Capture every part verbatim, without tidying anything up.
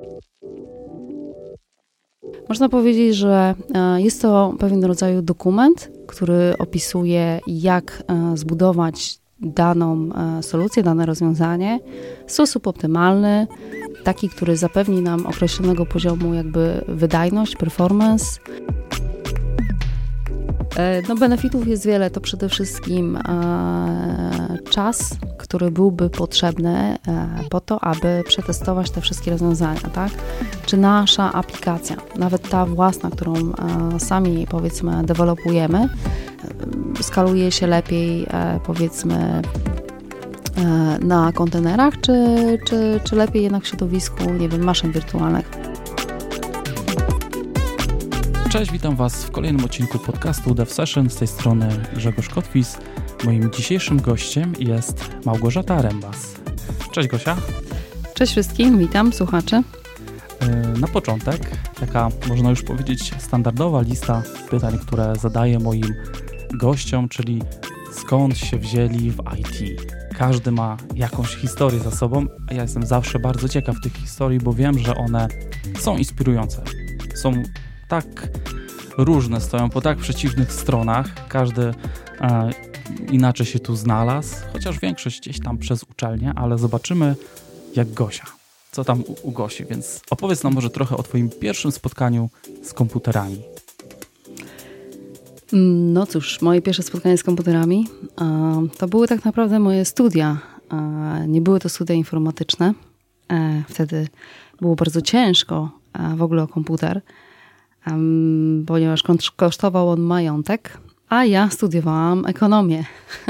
Można powiedzieć, że jest to pewien rodzaj dokument, który opisuje, jak zbudować daną solucję, dane rozwiązanie w sposób optymalny, taki, który zapewni nam określonego poziomu jakby wydajność, performance. No, benefitów jest wiele, to przede wszystkim e, czas, który byłby potrzebny e, po to, aby przetestować te wszystkie rozwiązania, tak? Czy nasza aplikacja, nawet ta własna, którą e, sami powiedzmy dewelopujemy, e, skaluje się lepiej e, powiedzmy e, na kontenerach, czy, czy, czy lepiej jednak w środowisku, nie wiem, maszyn wirtualnych. Cześć, witam Was w kolejnym odcinku podcastu Dev Session. Z tej strony Grzegorz Kotwis. Moim dzisiejszym gościem jest Małgorzata Rembas. Cześć Gosia. Cześć wszystkim, witam słuchaczy. Na początek taka, można już powiedzieć, standardowa lista pytań, które zadaję moim gościom, czyli skąd się wzięli w I T. Każdy ma jakąś historię za sobą, a ja jestem zawsze bardzo ciekaw tych historii, bo wiem, że one są inspirujące. Są tak różne, stoją po tak przeciwnych stronach. Każdy e, inaczej się tu znalazł, chociaż większość gdzieś tam przez uczelnię, ale zobaczymy jak Gosia. Co tam u, u Gosi, więc opowiedz nam może trochę o Twoim pierwszym spotkaniu z komputerami. No cóż, moje pierwsze spotkanie z komputerami e, to były tak naprawdę moje studia. E, nie były to studia informatyczne. E, wtedy było bardzo ciężko e, w ogóle o komputer. Um, ponieważ kosztował on majątek, a ja studiowałam ekonomię.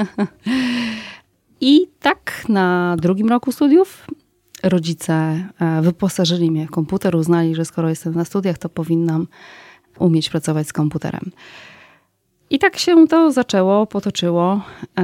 I tak na drugim roku studiów rodzice wyposażyli mnie w komputer, uznali, że skoro jestem na studiach, to powinnam umieć pracować z komputerem. I tak się to zaczęło, potoczyło.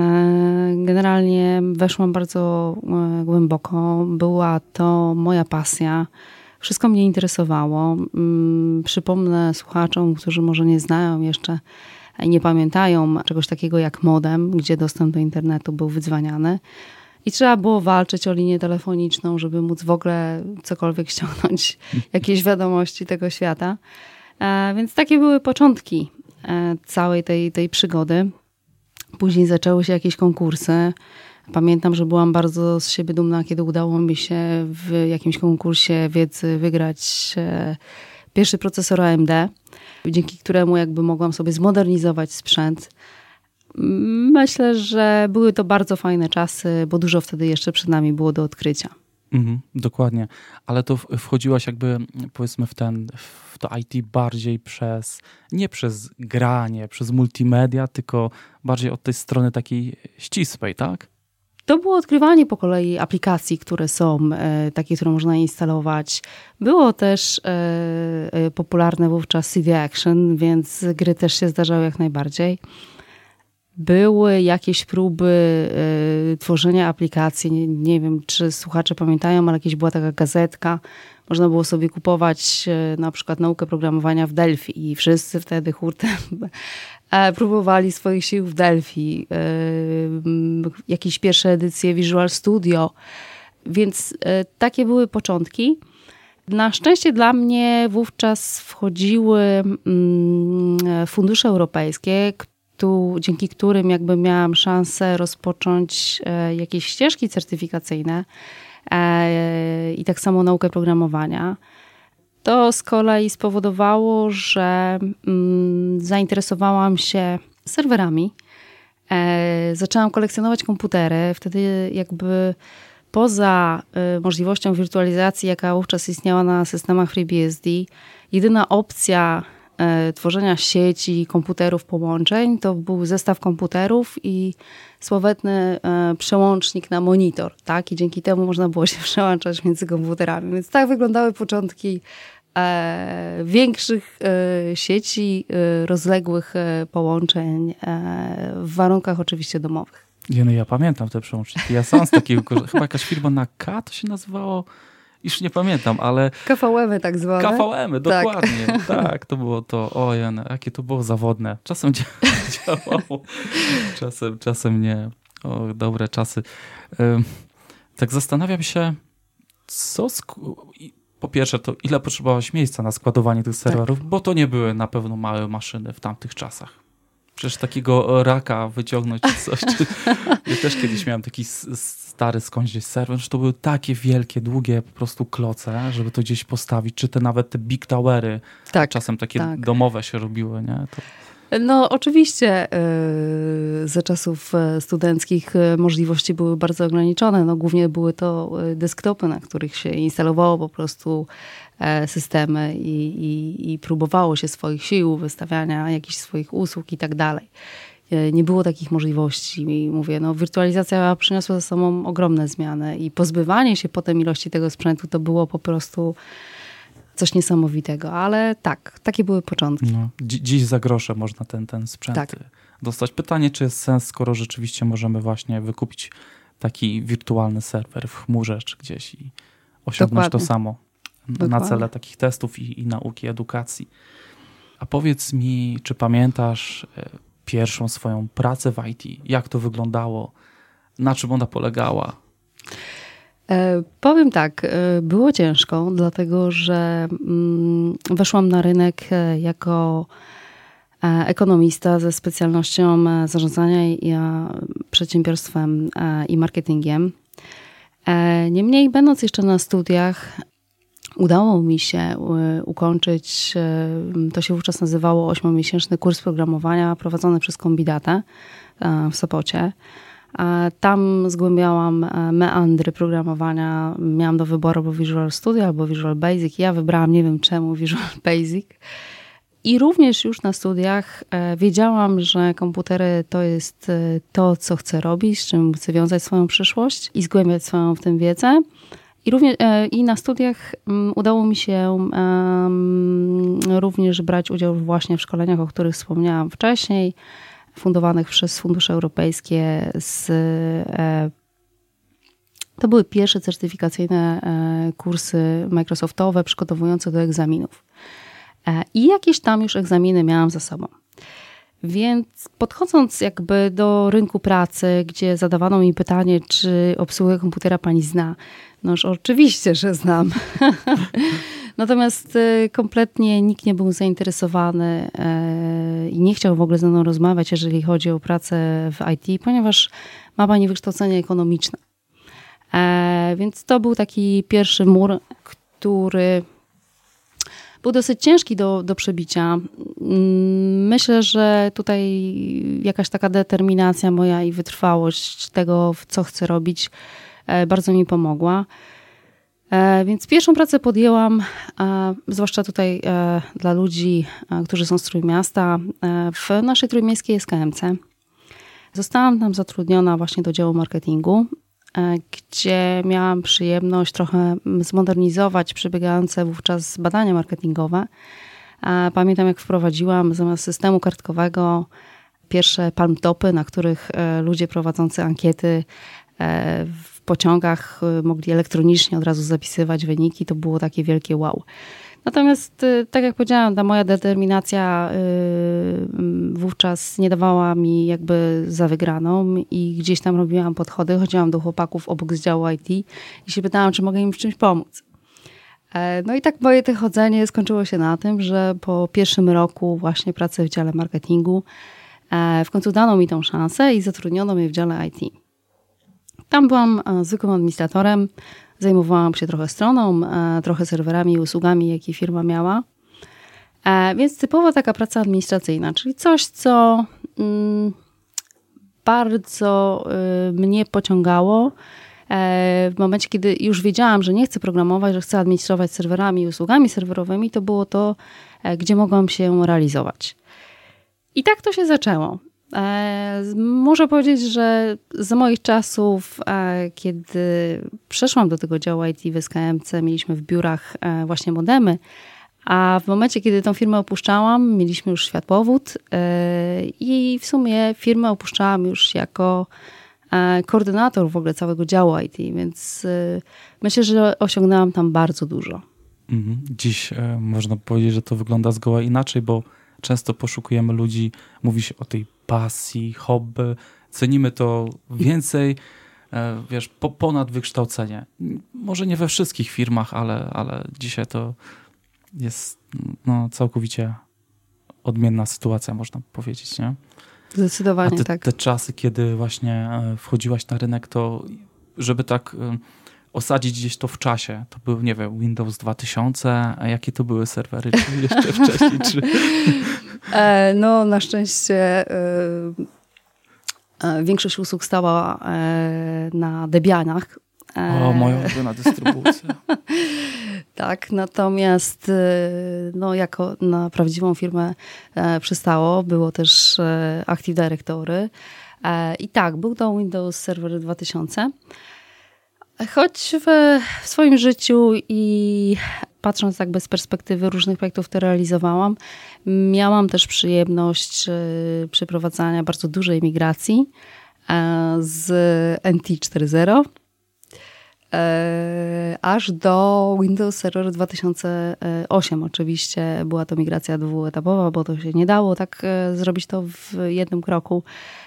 Generalnie weszłam bardzo głęboko. Była to moja pasja. Wszystko mnie interesowało. Przypomnę słuchaczom, którzy może nie znają jeszcze i nie pamiętają czegoś takiego jak modem, gdzie dostęp do internetu był wydzwaniany. I trzeba było walczyć o linię telefoniczną, żeby móc w ogóle cokolwiek ściągnąć, jakieś wiadomości tego świata. Więc takie były początki całej tej, tej przygody. Później zaczęły się jakieś konkursy. Pamiętam, że byłam bardzo z siebie dumna, kiedy udało mi się w jakimś konkursie wiedzy wygrać pierwszy procesor A M D, dzięki któremu jakby mogłam sobie zmodernizować sprzęt. Myślę, że były to bardzo fajne czasy, bo dużo wtedy jeszcze przed nami było do odkrycia. Mhm, dokładnie, ale to wchodziłaś jakby powiedzmy w ten, w to I T bardziej przez, nie przez granie, przez multimedia, tylko bardziej od tej strony takiej ścisłej, tak? To było odkrywanie po kolei aplikacji, które są e, takie, które można instalować. Było też e, e, popularne wówczas C D Action, więc gry też się zdarzały jak najbardziej. Były jakieś próby e, tworzenia aplikacji. Nie, nie wiem, czy słuchacze pamiętają, ale jakieś była taka gazetka. Można było sobie kupować e, na przykład naukę programowania w Delphi i wszyscy wtedy hurtem próbowali swoich sił w Delphi. E, jakieś pierwsze edycje Visual Studio. Więc e, takie były początki. Na szczęście dla mnie wówczas wchodziły mm, fundusze europejskie, tu, dzięki którym jakby miałam szansę rozpocząć e, jakieś ścieżki certyfikacyjne e, i tak samo naukę programowania. To z kolei spowodowało, że mm, zainteresowałam się serwerami. E, zaczęłam kolekcjonować komputery. Wtedy jakby poza e, możliwością wirtualizacji, jaka wówczas istniała na systemach FreeBSD, jedyna opcja e, tworzenia sieci, komputerów, połączeń to był zestaw komputerów i sławetny e, przełącznik na monitor. Tak? I dzięki temu można było się przełączać między komputerami. Więc tak wyglądały początki E, większych e, sieci, e, rozległych e, połączeń e, w warunkach oczywiście domowych. Nie, no ja pamiętam te przełączniki. Ja sam z takiego, chyba jakaś firma na K to się nazywało, już nie pamiętam, ale... K V M-y tak zwane. K V M-y, dokładnie. Tak. tak, to było to, ojej, jakie to było zawodne. Czasem działało, czasem, czasem nie. O, dobre czasy. Tak zastanawiam się, co... Sk- po pierwsze, to ile potrzebowałaś miejsca na składowanie tych serwerów, tak. bo to nie były na pewno małe maszyny w tamtych czasach. Przecież takiego raka wyciągnąć coś. Czy... Ja też kiedyś miałem taki stary skądś gdzieś serwer, że to były takie wielkie, długie po prostu kloce, żeby to gdzieś postawić, czy te nawet te big towery, tak, czasem takie tak. domowe się robiły, nie? To... No oczywiście yy, za czasów studenckich możliwości były bardzo ograniczone. No, głównie były to desktopy, na których się instalowało po prostu systemy i, i, i próbowało się swoich sił, wystawiania jakichś swoich usług i tak dalej. Nie było takich możliwości. I mówię, no wirtualizacja przyniosła ze sobą ogromne zmiany i pozbywanie się potem ilości tego sprzętu to było po prostu coś niesamowitego, ale tak, takie były początki. No, dziś za grosze można ten, ten sprzęt tak. dostać. Pytanie, czy jest sens, skoro rzeczywiście możemy właśnie wykupić taki wirtualny serwer w chmurze czy gdzieś i osiągnąć Dokładnie. to samo Dokładnie. na cele takich testów i, i nauki, edukacji. A powiedz mi, czy pamiętasz pierwszą swoją pracę w I T? Jak to wyglądało? Na czym ona polegała? E, powiem tak, e, było ciężko, dlatego że mm, weszłam na rynek e, jako e, ekonomista ze specjalnością e, zarządzania i, e, przedsiębiorstwem e, i marketingiem. E, niemniej, będąc jeszcze na studiach, udało mi się e, ukończyć, e, to się wówczas nazywało ośmiomiesięczny kurs programowania prowadzony przez Kombidatę e, w Sopocie. Tam zgłębiałam meandry programowania. Miałam do wyboru albo Visual Studio, albo Visual Basic. Ja wybrałam, nie wiem czemu, Visual Basic. I również już na studiach wiedziałam, że komputery to jest to, co chcę robić, z czym chcę wiązać swoją przyszłość i zgłębiać swoją w tym wiedzę. I, również, i na studiach udało mi się um, również brać udział właśnie w szkoleniach, o których wspomniałam wcześniej, fundowanych przez fundusze europejskie. Z, e, to były pierwsze certyfikacyjne e, kursy Microsoftowe przygotowujące do egzaminów. E, I jakieś tam już egzaminy miałam za sobą. Więc podchodząc jakby do rynku pracy, gdzie zadawano mi pytanie, czy obsługę komputera pani zna, no już oczywiście, że znam. Natomiast kompletnie nikt nie był zainteresowany i nie chciał w ogóle ze mną rozmawiać, jeżeli chodzi o pracę w I T, ponieważ ma pani wykształcenie ekonomiczne. Więc to był taki pierwszy mur, który był dosyć ciężki do, do przebicia. Myślę, że tutaj jakaś taka determinacja moja i wytrwałość tego, co chcę robić, bardzo mi pomogła. Więc pierwszą pracę podjęłam, zwłaszcza tutaj dla ludzi, którzy są z Trójmiasta, w naszej trójmiejskiej S K M C. Zostałam tam zatrudniona właśnie do działu marketingu, gdzie miałam przyjemność trochę zmodernizować przebiegające wówczas badania marketingowe. Pamiętam, jak wprowadziłam zamiast systemu kartkowego pierwsze palm topy, na których ludzie prowadzący ankiety w pociągach mogli elektronicznie od razu zapisywać wyniki. To było takie wielkie wow. Natomiast, tak jak powiedziałam, ta moja determinacja wówczas nie dawała mi jakby za wygraną i gdzieś tam robiłam podchody, chodziłam do chłopaków obok z działu I T i się pytałam, czy mogę im w czymś pomóc. No i tak moje to chodzenie skończyło się na tym, że po pierwszym roku właśnie pracy w dziale marketingu w końcu dano mi tą szansę i zatrudniono mnie w dziale I T. Tam byłam zwykłym administratorem, zajmowałam się trochę stroną, trochę serwerami i usługami, jakie firma miała. Więc typowa taka praca administracyjna, czyli coś, co bardzo mnie pociągało. W momencie, kiedy już wiedziałam, że nie chcę programować, że chcę administrować serwerami i usługami serwerowymi, to było to, gdzie mogłam się realizować. I tak to się zaczęło. E, muszę powiedzieć, że za moich czasów, e, kiedy przeszłam do tego działu I T w S K M C, mieliśmy w biurach e, właśnie modemy, a w momencie, kiedy tą firmę opuszczałam, mieliśmy już światłowód e, i w sumie firmę opuszczałam już jako e, koordynator w ogóle całego działu I T, więc e, myślę, że osiągnęłam tam bardzo dużo. Dziś e, można powiedzieć, że to wygląda zgoła inaczej, bo często poszukujemy ludzi, mówi się o tej pasji, hobby, cenimy to więcej wiesz, po, ponad wykształcenie. Może nie we wszystkich firmach, ale, ale dzisiaj to jest no, całkowicie odmienna sytuacja, można powiedzieć, nie? Zdecydowanie, A te, tak. te czasy, kiedy właśnie wchodziłaś na rynek, to żeby tak osadzić gdzieś to w czasie, to był, nie wiem, Windows dwa tysiące, a jakie to były serwery? Czy jeszcze wcześniej? Czy... E, no, na szczęście e, e, większość usług stała e, na Debianach. E, o, moja ulubiona dystrybucja. Tak, natomiast no, jako na prawdziwą firmę e, przystało, było też e, Active Directory e, i tak, był to Windows Server dwa tysiące. Choć w, w swoim życiu i patrząc jakby z perspektywy różnych projektów, które realizowałam, miałam też przyjemność e, przeprowadzania bardzo dużej migracji e, z N T cztery zero aż do Windows Server dwa tysiące osiem. Oczywiście była to migracja dwuetapowa, bo to się nie dało tak zrobić to w jednym kroku.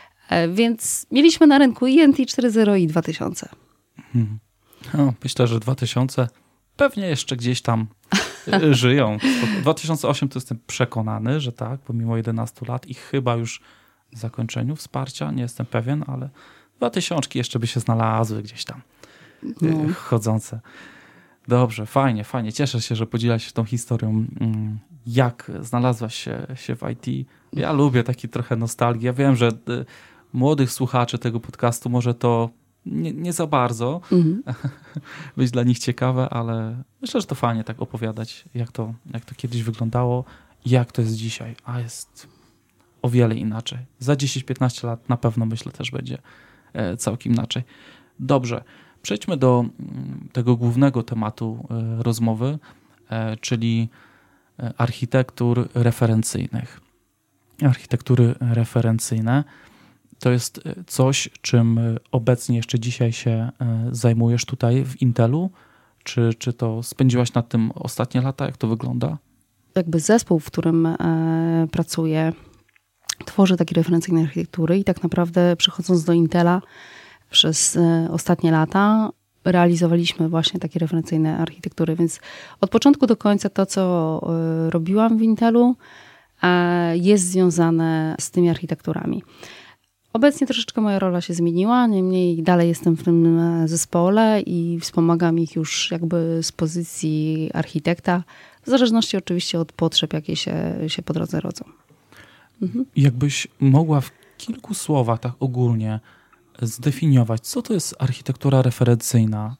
Więc mieliśmy na rynku i N T cztery zero i dwa tysiące. Hmm. No, myślę, że dwa tysiące pewnie jeszcze gdzieś tam żyją. dwa tysiące osiem to jestem przekonany, że tak, pomimo jedenastu lat i chyba już w zakończeniu wsparcia, nie jestem pewien, ale dwa tysiączki jeszcze by się znalazły gdzieś tam. No. Chodzące. Dobrze, fajnie, fajnie. Cieszę się, że podzielasz się tą historią, jak znalazłaś się, się w I T. Ja lubię taki trochę nostalgii. Ja wiem, że młodych słuchaczy tego podcastu może to nie, nie za bardzo mhm. być dla nich ciekawe, ale myślę, że to fajnie tak opowiadać, jak to, jak to kiedyś wyglądało i jak to jest dzisiaj. A jest o wiele inaczej. Za dziesięć piętnaście lat na pewno, myślę, też będzie całkiem inaczej. Dobrze. Przejdźmy do tego głównego tematu rozmowy, czyli architektur referencyjnych. Architektury referencyjne to jest coś, czym obecnie jeszcze dzisiaj się zajmujesz tutaj w Intelu? Czy, czy to spędziłaś nad tym ostatnie lata? Jak to wygląda? Jakby zespół, w którym pracuję, tworzy takie referencyjne architektury i tak naprawdę przychodząc do Intela przez ostatnie lata realizowaliśmy właśnie takie referencyjne architektury, więc od początku do końca to, co robiłam w Intelu, jest związane z tymi architekturami. Obecnie troszeczkę moja rola się zmieniła, niemniej dalej jestem w tym zespole i wspomagam ich już jakby z pozycji architekta, w zależności oczywiście od potrzeb, jakie się, się po drodze rodzą. Mhm. Jakbyś mogła w kilku słowach tak ogólnie zdefiniować, co to jest architektura referencyjna?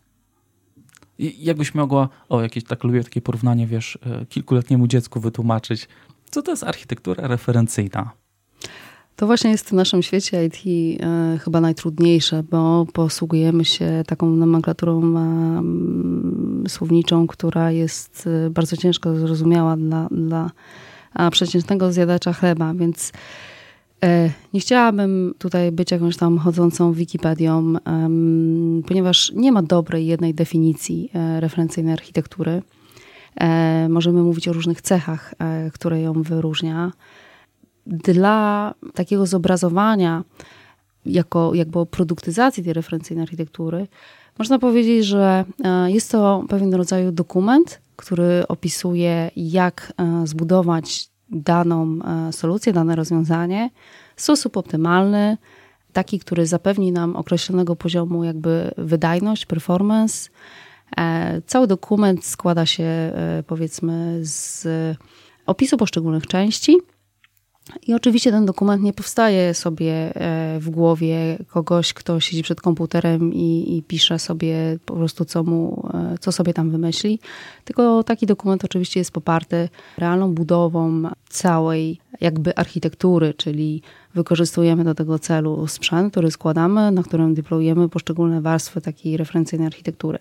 I jakbyś mogła, o jakieś tak lubię takie porównanie, wiesz, kilkuletniemu dziecku wytłumaczyć, co to jest architektura referencyjna? To właśnie jest w naszym świecie I T e, chyba najtrudniejsze, bo posługujemy się taką nomenklaturą e, słowniczą, która jest bardzo ciężko zrozumiała dla, dla przeciętnego zjadacza chleba, więc nie chciałabym tutaj być jakąś tam chodzącą Wikipedią, ponieważ nie ma dobrej jednej definicji referencyjnej architektury. Możemy mówić o różnych cechach, które ją wyróżnia. Dla takiego zobrazowania, jako jakby produktyzacji tej referencyjnej architektury, można powiedzieć, że jest to pewien rodzaj dokument, który opisuje, jak zbudować daną solucję, dane rozwiązanie w sposób optymalny, taki, który zapewni nam określonego poziomu jakby wydajność, performance. Cały dokument składa się, powiedzmy, z opisu poszczególnych części. I oczywiście ten dokument nie powstaje sobie w głowie kogoś, kto siedzi przed komputerem i, i pisze sobie po prostu, co, mu, co sobie tam wymyśli. Tylko taki dokument oczywiście jest poparty realną budową całej jakby architektury, czyli wykorzystujemy do tego celu sprzęt, który składamy, na którym deployujemy poszczególne warstwy takiej referencyjnej architektury.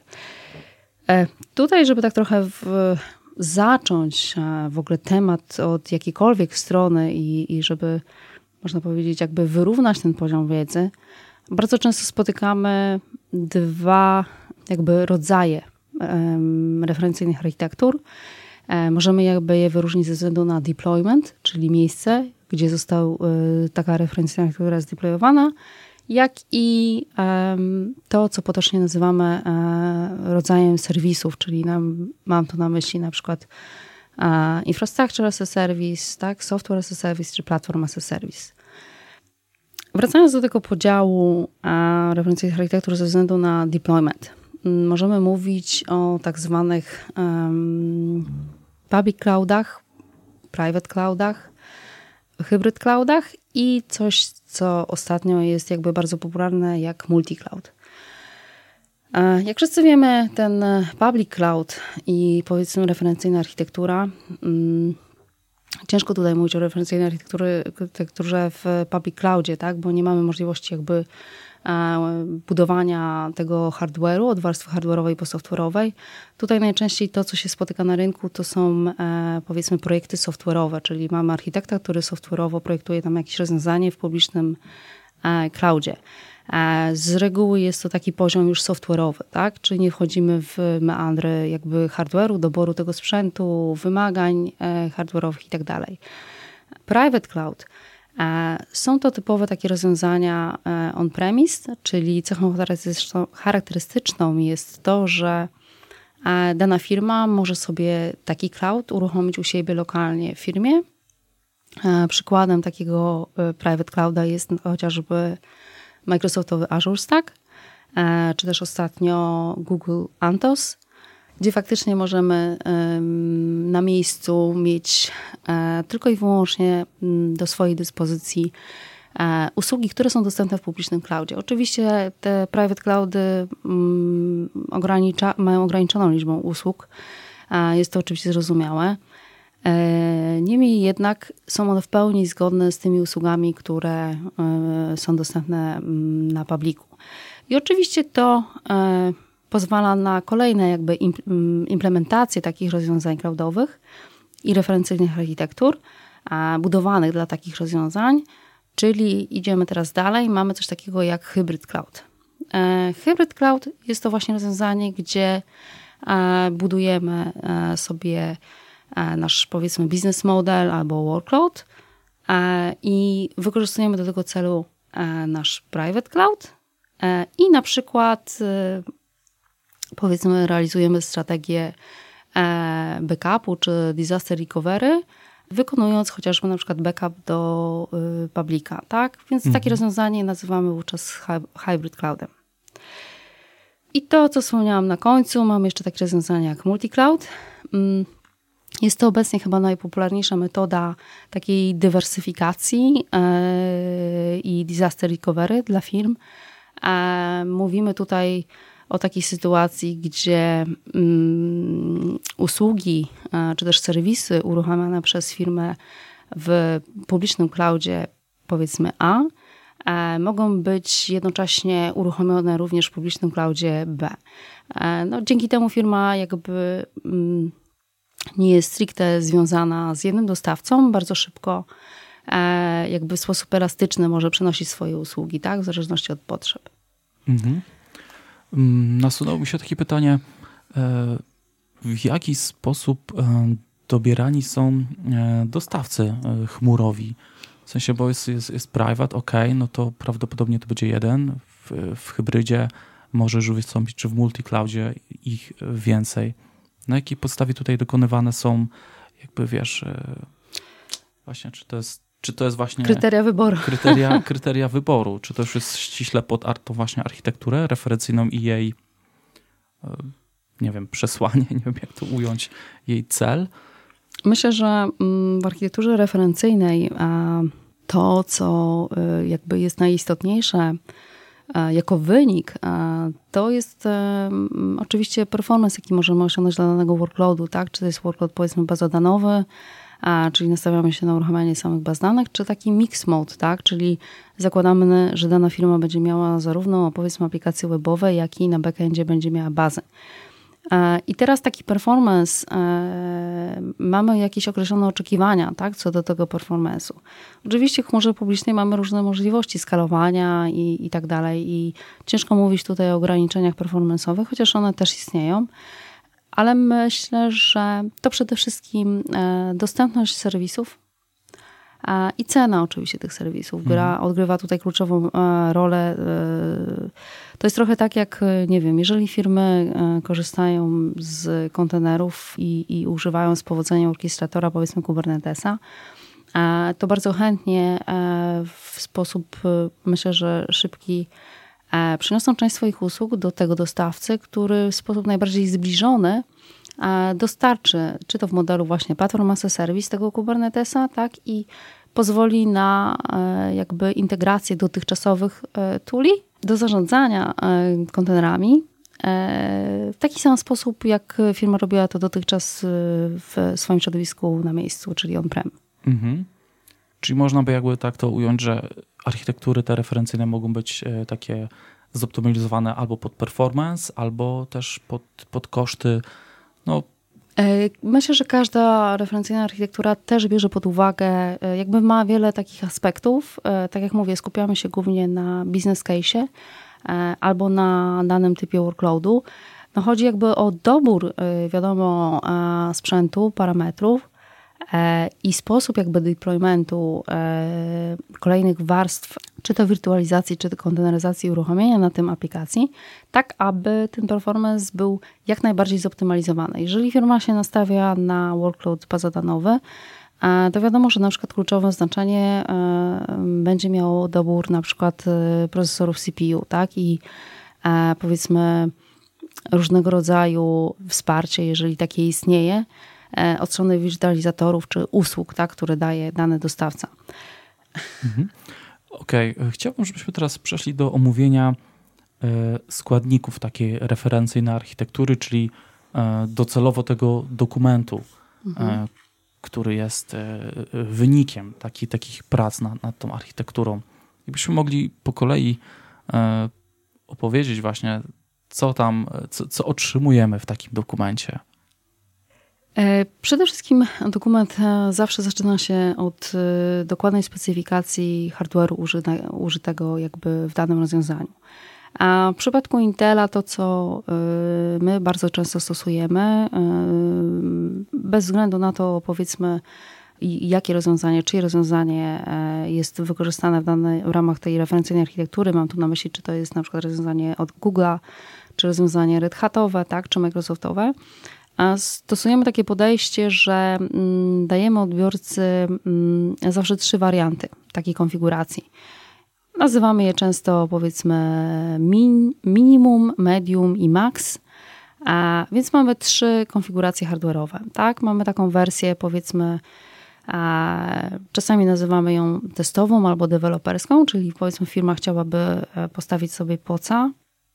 Tutaj, żeby tak trochę w zacząć w ogóle temat od jakiejkolwiek strony i, i żeby, można powiedzieć, jakby wyrównać ten poziom wiedzy, bardzo często spotykamy dwa jakby rodzaje um, referencyjnych architektur. E, możemy jakby je wyróżnić ze względu na deployment, czyli miejsce, gdzie została y, taka referencyjna architektura zdeployowana, jak i to, co potocznie nazywamy rodzajem serwisów, czyli nam, mam tu na myśli na przykład infrastructure as a service, tak, software as a service czy platform as a service. Wracając do tego podziału referencyjnych architektur ze względu na deployment, możemy mówić o tak zwanych um, public cloudach, private cloudach, hybrid cloudach i coś, co ostatnio jest jakby bardzo popularne, jak multi-cloud. Jak wszyscy wiemy, ten public cloud i powiedzmy referencyjna architektura, um, ciężko tutaj mówić o referencyjnej architekturze w public cloudzie, tak? Bo nie mamy możliwości jakby budowania tego hardware'u, od warstwy hardware'owej po software'owej. Tutaj najczęściej to, co się spotyka na rynku, to są powiedzmy projekty software'owe, czyli mamy architekta, który software'owo projektuje tam jakieś rozwiązanie w publicznym cloudzie. Z reguły jest to taki poziom już software'owy, tak? Czyli nie wchodzimy w meandry jakby hardware'u, doboru tego sprzętu, wymagań hardware'owych i tak dalej. Private cloud. Są to typowe takie rozwiązania on-premise, czyli cechą charakterystyczną, charakterystyczną jest to, że dana firma może sobie taki cloud uruchomić u siebie lokalnie w firmie. Przykładem takiego private clouda jest chociażby Microsoftowy Azure Stack, czy też ostatnio Google Anthos, gdzie faktycznie możemy na miejscu mieć tylko i wyłącznie do swojej dyspozycji usługi, które są dostępne w publicznym cloudzie. Oczywiście te private cloudy ogranicza, mają ograniczoną liczbę usług, jest to oczywiście zrozumiałe. Niemniej jednak są one w pełni zgodne z tymi usługami, które są dostępne na publiku. I oczywiście to pozwala na kolejne jakby implementacje takich rozwiązań cloudowych i referencyjnych architektur budowanych dla takich rozwiązań, czyli idziemy teraz dalej, mamy coś takiego jak hybrid cloud. Hybrid cloud jest to właśnie rozwiązanie, gdzie budujemy sobie nasz powiedzmy business model albo workload i wykorzystujemy do tego celu nasz private cloud i na przykład powiedzmy realizujemy strategię backupu czy disaster recovery, wykonując chociażby na przykład backup do publica, tak? Więc mhm. takie rozwiązanie nazywamy wówczas hybrid cloudem. I to, co wspomniałam na końcu, mamy jeszcze takie rozwiązania jak multi-cloud. Jest to obecnie chyba najpopularniejsza metoda takiej dywersyfikacji i disaster recovery dla firm. Mówimy tutaj o takiej sytuacji, gdzie um, usługi czy też serwisy uruchamiane przez firmę w publicznym cloudzie, powiedzmy A, e, mogą być jednocześnie uruchomione również w publicznym cloudzie B. E, no, dzięki temu firma jakby um, nie jest stricte związana z jednym dostawcą, bardzo szybko e, jakby w sposób elastyczny może przenosić swoje usługi, tak, w zależności od potrzeb. Mhm. Nasunęło mi się takie pytanie, w jaki sposób dobierani są dostawcy chmurowi? W sensie, bo jest, jest, jest private, ok, no to prawdopodobnie to będzie jeden, w, w hybrydzie możesz wystąpić, czy w multi-cloudzie ich więcej. Na jakiej podstawie tutaj dokonywane są, jakby wiesz, właśnie, czy to jest Czy to jest właśnie... Kryteria wyboru. Kryteria, kryteria wyboru. Czy to już jest ściśle pod tą właśnie architekturę referencyjną i jej, nie wiem, przesłanie, nie wiem jak to ująć, jej cel? Myślę, że w architekturze referencyjnej to, co jakby jest najistotniejsze jako wynik, to jest oczywiście performance, jaki możemy osiągnąć dla danego workloadu, tak? Czy to jest workload powiedzmy bazodanowy, A, czyli nastawiamy się na uruchamianie samych baz danych, czy taki mix mode, tak? Czyli zakładamy, że dana firma będzie miała zarówno powiedzmy aplikacje webowe, jak i na backendzie będzie miała bazę. I teraz taki performance, mamy jakieś określone oczekiwania, tak, co do tego performance'u. Oczywiście w chmurze publicznej mamy różne możliwości skalowania i, i tak dalej i ciężko mówić tutaj o ograniczeniach performance'owych, chociaż one też istnieją. Ale myślę, że to przede wszystkim dostępność serwisów, I cena oczywiście tych serwisów gra, mhm. odgrywa tutaj kluczową rolę. To jest trochę tak jak, nie wiem, jeżeli firmy korzystają z kontenerów i, i używają z powodzeniem orkiestratora, powiedzmy Kubernetesa, to bardzo chętnie w sposób, myślę, że szybki przyniosą część swoich usług do tego dostawcy, który w sposób najbardziej zbliżony dostarczy, czy to w modelu właśnie Platform as a Service tego Kubernetesa, tak, i pozwoli na jakby integrację dotychczasowych tooli do zarządzania kontenerami w taki sam sposób, jak firma robiła to dotychczas w swoim środowisku na miejscu, czyli on-prem. Mhm. Czyli można by jakby tak to ująć, że architektury te referencyjne mogą być takie zoptymalizowane albo pod performance, albo też pod, pod koszty. No. Myślę, że każda referencyjna architektura też bierze pod uwagę, jakby ma wiele takich aspektów. Tak jak mówię, skupiamy się głównie na business case'ie albo na danym typie workloadu. No chodzi jakby o dobór, wiadomo, sprzętu, parametrów i sposób jakby deploymentu kolejnych warstw, czy to wirtualizacji, czy to konteneryzacji i uruchomienia na tym aplikacji, tak aby ten performance był jak najbardziej zoptymalizowany. Jeżeli firma się nastawia na workload bazodanowy, to wiadomo, że na przykład kluczowe znaczenie będzie miało dobór na przykład procesorów C P U, tak, i powiedzmy różnego rodzaju wsparcie, jeżeli takie istnieje, od strony wirtualizatorów czy usług, tak, które daje dany dostawca. Mhm. Okej, okay. Chciałbym, żebyśmy teraz przeszli do omówienia składników takiej referencyjnej architektury, czyli docelowo tego dokumentu, mhm. który jest wynikiem taki, takich prac nad, nad tą architekturą. Jakbyśmy mogli po kolei opowiedzieć właśnie, co tam, co, co otrzymujemy w takim dokumencie. Przede wszystkim dokument zawsze zaczyna się od dokładnej specyfikacji hardware'u użytego jakby w danym rozwiązaniu. A w przypadku Intela to, co my bardzo często stosujemy, bez względu na to, powiedzmy, jakie rozwiązanie, czyje rozwiązanie jest wykorzystane w, danej, w ramach tej referencyjnej architektury, mam tu na myśli, czy to jest na przykład rozwiązanie od Google'a, czy rozwiązanie Red Hatowe, tak, czy Microsoftowe. Stosujemy takie podejście, że dajemy odbiorcy zawsze trzy warianty takiej konfiguracji. Nazywamy je często, powiedzmy, min, minimum, medium i max. A więc mamy trzy konfiguracje hardware'owe. Tak? Mamy taką wersję, powiedzmy, a czasami nazywamy ją testową albo deweloperską, czyli powiedzmy firma chciałaby postawić sobie poca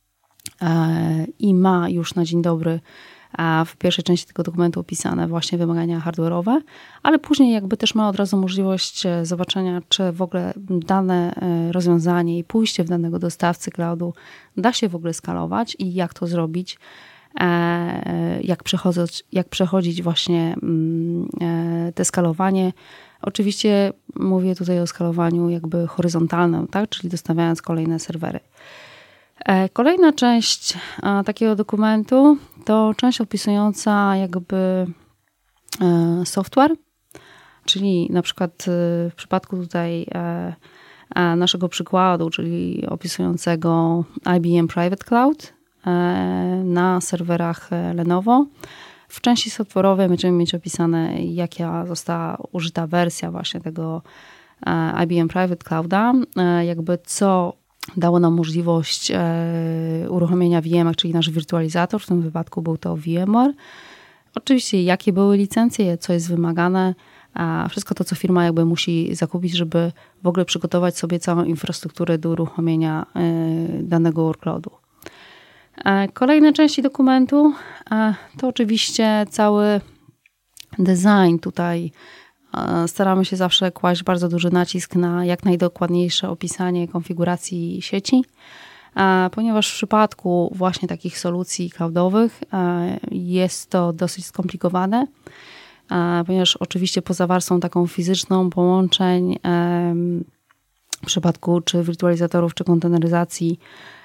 i ma już na dzień dobry a w pierwszej części tego dokumentu opisane właśnie wymagania hardware'owe, ale później jakby też ma od razu możliwość zobaczenia, czy w ogóle dane rozwiązanie i pójście w danego dostawcy cloudu da się w ogóle skalować i jak to zrobić, jak przechodzić, jak przechodzić właśnie te skalowanie. Oczywiście mówię tutaj o skalowaniu jakby horyzontalnym, tak? Czyli dostawiając kolejne serwery. Kolejna część takiego dokumentu to część opisująca jakby software, czyli na przykład w przypadku tutaj naszego przykładu, czyli opisującego I B M Private Cloud na serwerach Lenovo. W części software'owej będziemy mieć opisane, jaka została użyta wersja właśnie tego I B M Private Clouda, jakby co dało nam możliwość e, uruchomienia V M, czyli nasz wirtualizator, w tym wypadku był to VMware. Oczywiście jakie były licencje, co jest wymagane, a wszystko to, co firma jakby musi zakupić, żeby w ogóle przygotować sobie całą infrastrukturę do uruchomienia e, danego workloadu. E, kolejne części dokumentu e, to oczywiście cały design tutaj. Staramy się zawsze kłaść bardzo duży nacisk na jak najdokładniejsze opisanie konfiguracji sieci, ponieważ w przypadku właśnie takich solucji cloudowych jest to dosyć skomplikowane, ponieważ oczywiście poza warstwą taką fizyczną połączeń w przypadku czy wirtualizatorów, czy konteneryzacji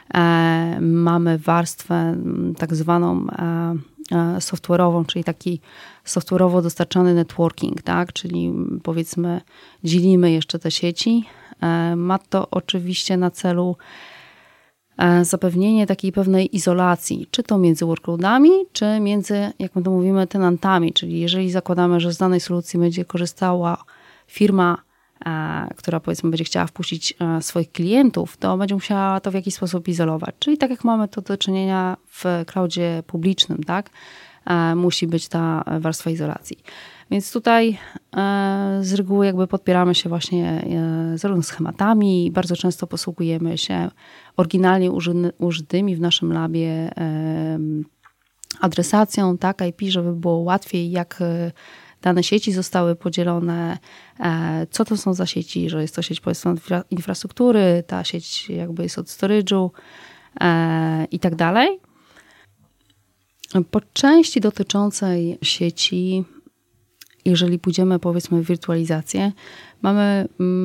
Mamy warstwę tak zwaną software'ową, czyli taki software'owo dostarczany networking, tak? Czyli powiedzmy dzielimy jeszcze te sieci. Ma to oczywiście na celu zapewnienie takiej pewnej izolacji, czy to między workloadami, czy między, jak my to mówimy, tenantami, czyli jeżeli zakładamy, że z danej solucji będzie korzystała firma, która powiedzmy będzie chciała wpuścić swoich klientów, to będzie musiała to w jakiś sposób izolować. Czyli tak jak mamy to do czynienia w cloudzie publicznym, tak? Musi być ta warstwa izolacji. Więc tutaj z reguły jakby podpieramy się właśnie zarówno schematami, bardzo często posługujemy się oryginalnie użytymi w naszym labie adresacją, tak, I P, żeby było łatwiej, jak dane sieci zostały podzielone, co to są za sieci, że jest to sieć powiedzmy infrastruktury, ta sieć jakby jest od storage'u i tak dalej. Po części dotyczącej sieci, jeżeli pójdziemy powiedzmy w wirtualizację, mamy,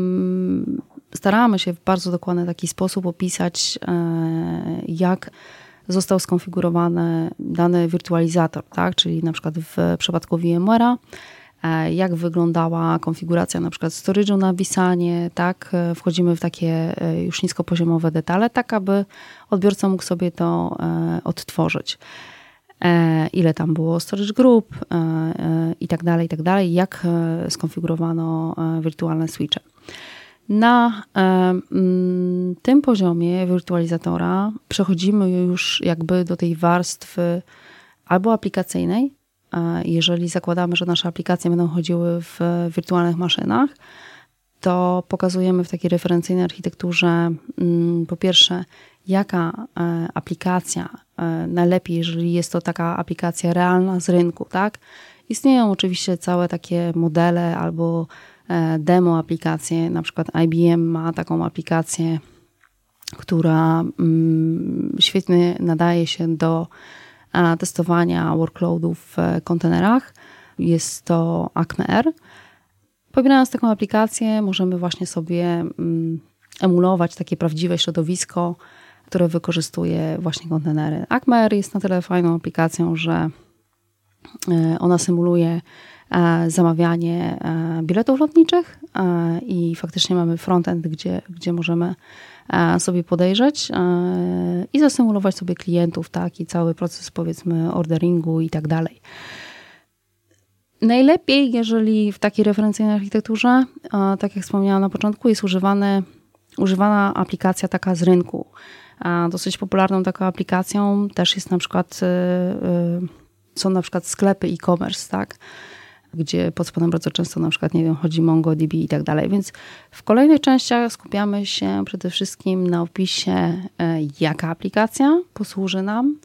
staramy się w bardzo dokładny taki sposób opisać, jak został skonfigurowany dany wirtualizator, tak? Czyli na przykład w przypadku VMware'a, jak wyglądała konfiguracja na przykład storage'u na Visanie, tak? Wchodzimy w takie już niskopoziomowe detale, tak aby odbiorca mógł sobie to odtworzyć. Ile tam było storage group i tak dalej, i tak dalej, jak skonfigurowano wirtualne switche. Na tym poziomie wirtualizatora przechodzimy już jakby do tej warstwy albo aplikacyjnej, jeżeli zakładamy, że nasze aplikacje będą chodziły w wirtualnych maszynach, to pokazujemy w takiej referencyjnej architekturze po pierwsze, jaka aplikacja najlepiej, jeżeli jest to taka aplikacja realna z rynku, tak? Istnieją oczywiście całe takie modele albo demo aplikacje, na przykład I B M ma taką aplikację, która świetnie nadaje się do testowania workloadów w kontenerach. Jest to Acme R. Pobierając taką aplikację możemy właśnie sobie emulować takie prawdziwe środowisko, które wykorzystuje właśnie kontenery. Acme R jest na tyle fajną aplikacją, że ona symuluje zamawianie biletów lotniczych i faktycznie mamy frontend, gdzie, gdzie możemy sobie podejrzeć i zasymulować sobie klientów, tak, i cały proces powiedzmy orderingu i tak dalej. Najlepiej, jeżeli w takiej referencyjnej architekturze, tak jak wspomniałam na początku, jest używane, używana aplikacja taka z rynku. Dosyć popularną taką aplikacją też jest na przykład, są na przykład sklepy e-commerce, tak, gdzie pod spodem bardzo często na przykład, nie wiem, chodzi MongoDB i tak dalej. Więc w kolejnych częściach skupiamy się przede wszystkim na opisie, jaka aplikacja posłuży nam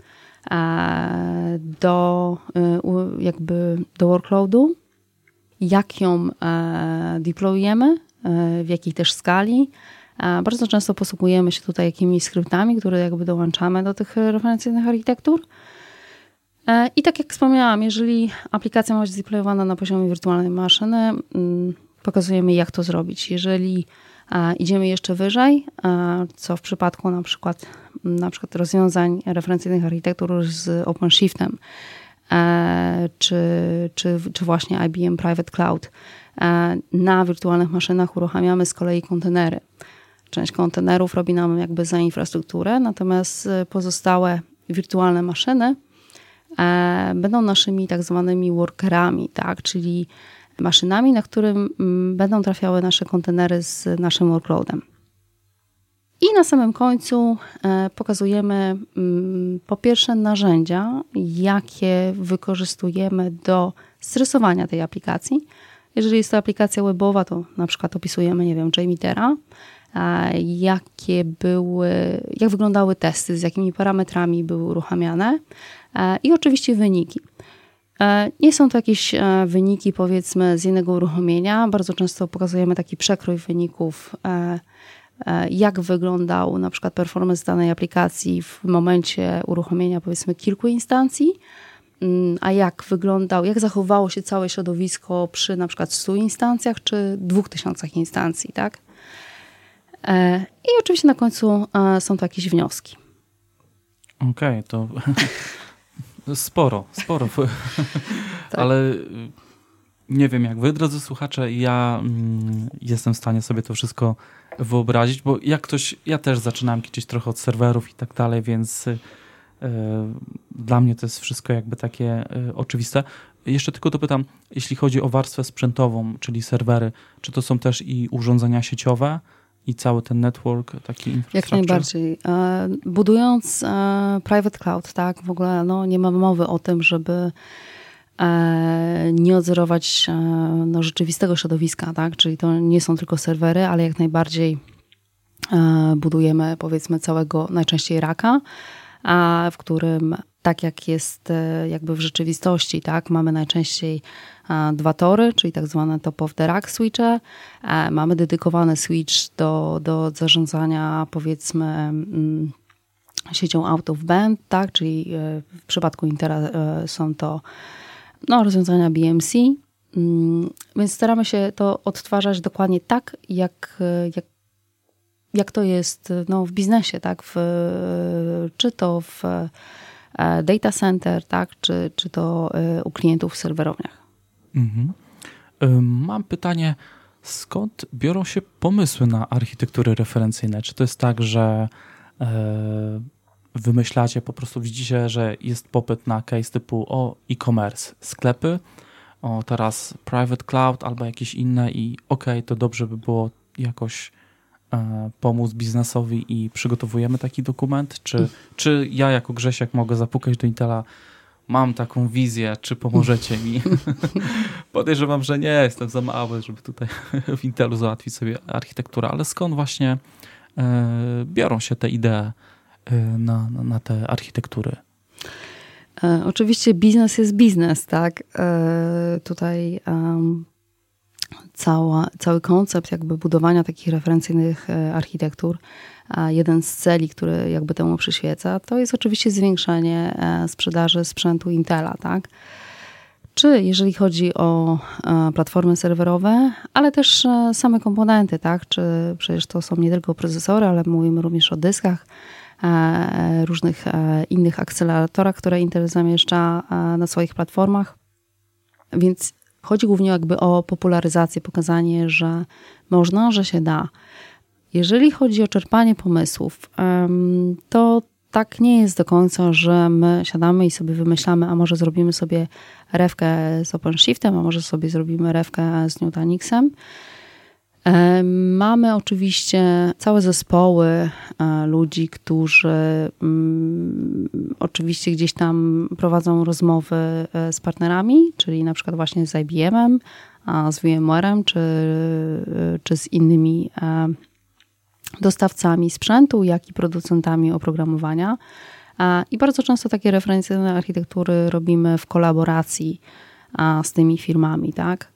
do jakby do workloadu, jak ją deployujemy, w jakiej też skali. Bardzo często posługujemy się tutaj jakimiś skryptami, które jakby dołączamy do tych referencyjnych architektur. I tak jak wspomniałam, jeżeli aplikacja ma być zdeployowana na poziomie wirtualnej maszyny, pokazujemy, jak to zrobić. Jeżeli idziemy jeszcze wyżej, co w przypadku na przykład, na przykład rozwiązań referencyjnych architektur z OpenShiftem, czy, czy, czy właśnie I B M Private Cloud, na wirtualnych maszynach uruchamiamy z kolei kontenery. Część kontenerów robi nam jakby za infrastrukturę, natomiast pozostałe wirtualne maszyny będą naszymi tak zwanymi workerami, tak, czyli maszynami, na którym będą trafiały nasze kontenery z naszym workloadem. I na samym końcu pokazujemy po pierwsze narzędzia, jakie wykorzystujemy do stresowania tej aplikacji. Jeżeli jest to aplikacja webowa, to na przykład opisujemy, nie wiem, JMeter'a, jakie były, jak wyglądały testy, z jakimi parametrami były uruchamiane i oczywiście wyniki. Nie są to jakieś wyniki powiedzmy z jednego uruchomienia. Bardzo często pokazujemy taki przekrój wyników, jak wyglądał na przykład performance danej aplikacji w momencie uruchomienia powiedzmy kilku instancji, a jak wyglądał, jak zachowało się całe środowisko przy na przykład stu instancjach czy dwóch tysiącach instancji, tak? I oczywiście na końcu są to jakieś wnioski. Okej, okay, to sporo, sporo. Tak. Ale nie wiem jak wy, drodzy słuchacze, ja mm, jestem w stanie sobie to wszystko wyobrazić, bo jak ktoś, ja też zaczynałem kiedyś trochę od serwerów i tak dalej, więc y, y, dla mnie to jest wszystko jakby takie y, oczywiste. Jeszcze tylko dopytam, jeśli chodzi o warstwę sprzętową, czyli serwery, czy to są też i urządzenia sieciowe i cały ten network, taki infrastructure? Jak najbardziej. Budując private cloud, tak, w ogóle no, nie ma mowy o tym, żeby nie odzorować no, rzeczywistego środowiska, tak, czyli to nie są tylko serwery, ale jak najbardziej budujemy powiedzmy całego najczęściej racka, w którym tak jak jest jakby w rzeczywistości, tak, mamy najczęściej dwa tory, czyli tak zwane top of the rack switche. Mamy dedykowany switch do, do zarządzania powiedzmy siecią out of band, tak, czyli w przypadku Intera są to no, rozwiązania B M C, więc staramy się to odtwarzać dokładnie tak, jak, jak, jak to jest no, w biznesie, tak, w, czy to w data center, tak, czy, czy to u klientów w serwerowniach. Mhm. Mam pytanie, skąd biorą się pomysły na architektury referencyjne? Czy to jest tak, że wymyślacie, po prostu widzicie, że jest popyt na case typu o e-commerce, sklepy, o teraz private cloud albo jakieś inne i okej, okay, to dobrze by było jakoś e, pomóc biznesowi i przygotowujemy taki dokument? Czy, mm. czy ja jako Grzesiek mogę zapukać do Intela, mam taką wizję, czy pomożecie mi? Podejrzewam, że nie, jestem za mały, żeby tutaj w Intelu załatwić sobie architekturę, ale skąd właśnie e, biorą się te idee Na, na, na te architektury? E, oczywiście biznes jest biznes, tak? E, tutaj um, cała, cały koncept jakby budowania takich referencyjnych e, architektur, a jeden z celi, który jakby temu przyświeca, to jest oczywiście zwiększenie e, sprzedaży sprzętu Intela, tak? Czy jeżeli chodzi o e, platformy serwerowe, ale też e, same komponenty, tak? Czy przecież to są nie tylko procesory, ale mówimy również o dyskach, różnych innych akceleratorach, które Intel zamieszcza na swoich platformach. Więc chodzi głównie jakby o popularyzację, pokazanie, że można, że się da. Jeżeli chodzi o czerpanie pomysłów, to tak nie jest do końca, że my siadamy i sobie wymyślamy, a może zrobimy sobie rewkę z OpenShiftem, a może sobie zrobimy rewkę z Nutanixem. Mamy oczywiście całe zespoły ludzi, którzy um, oczywiście gdzieś tam prowadzą rozmowy z partnerami, czyli na przykład właśnie z I B M-em, z VMware'em, czy, czy z innymi dostawcami sprzętu, jak i producentami oprogramowania. I bardzo często takie referencyjne architektury robimy w kolaboracji z tymi firmami, tak?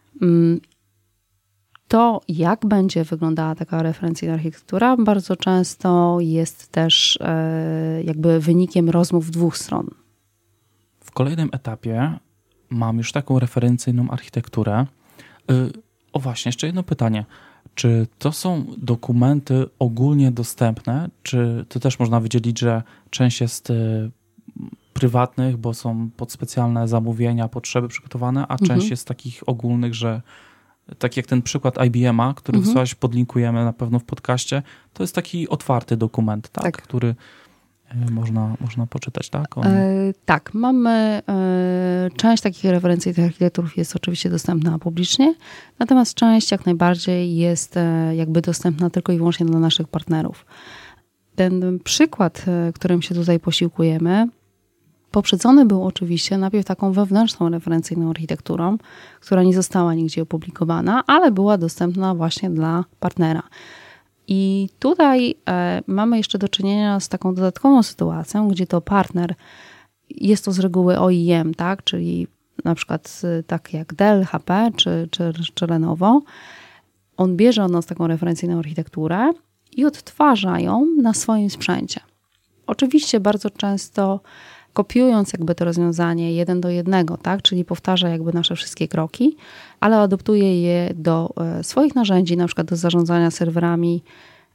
To, jak będzie wyglądała taka referencyjna architektura, bardzo często jest też e, jakby wynikiem rozmów dwóch stron. W kolejnym etapie mam już taką referencyjną architekturę. Y, o właśnie, jeszcze jedno pytanie. Czy to są dokumenty ogólnie dostępne? Czy to też można wydzielić, że część jest y, prywatnych, bo są pod specjalne zamówienia, potrzeby przygotowane, a część mhm. jest takich ogólnych, że tak jak ten przykład I B M-a, który mhm. wysłałeś, podlinkujemy na pewno w podcaście, to jest taki otwarty dokument, tak? tak. który można, można poczytać, tak? On... E, tak, mamy e, część takich referencyjnych architektur jest oczywiście dostępna publicznie, natomiast część jak najbardziej jest e, jakby dostępna tylko i wyłącznie dla naszych partnerów. Ten przykład, e, którym się tutaj posiłkujemy, poprzedzony był oczywiście najpierw taką wewnętrzną referencyjną architekturą, która nie została nigdzie opublikowana, ale była dostępna właśnie dla partnera. I tutaj e, mamy jeszcze do czynienia z taką dodatkową sytuacją, gdzie to partner, jest to z reguły O E M, tak, czyli na przykład tak jak Dell, H P czy, czy, czy Lenovo, on bierze od nas taką referencyjną architekturę i odtwarza ją na swoim sprzęcie. Oczywiście bardzo często kopiując jakby to rozwiązanie jeden do jednego, tak, czyli powtarza jakby nasze wszystkie kroki, ale adoptuje je do swoich narzędzi, na przykład do zarządzania serwerami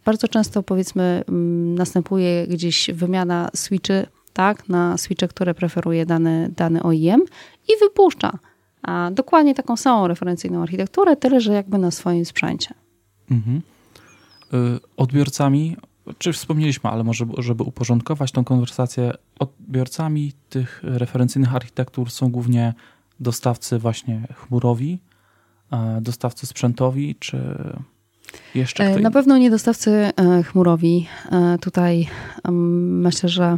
bardzo często powiedzmy następuje gdzieś wymiana switchy, tak, na switche, które preferuje dany, dany O E M i wypuszcza a dokładnie taką samą referencyjną architekturę, tyle że jakby na swoim sprzęcie. Mhm. Odbiorcami, czy wspomnieliśmy, ale może żeby uporządkować tą konwersację, odbiorcami tych referencyjnych architektur są głównie dostawcy właśnie chmurowi, dostawcy sprzętowi, czy jeszcze ktoś? Na pewno nie dostawcy chmurowi. Tutaj myślę, że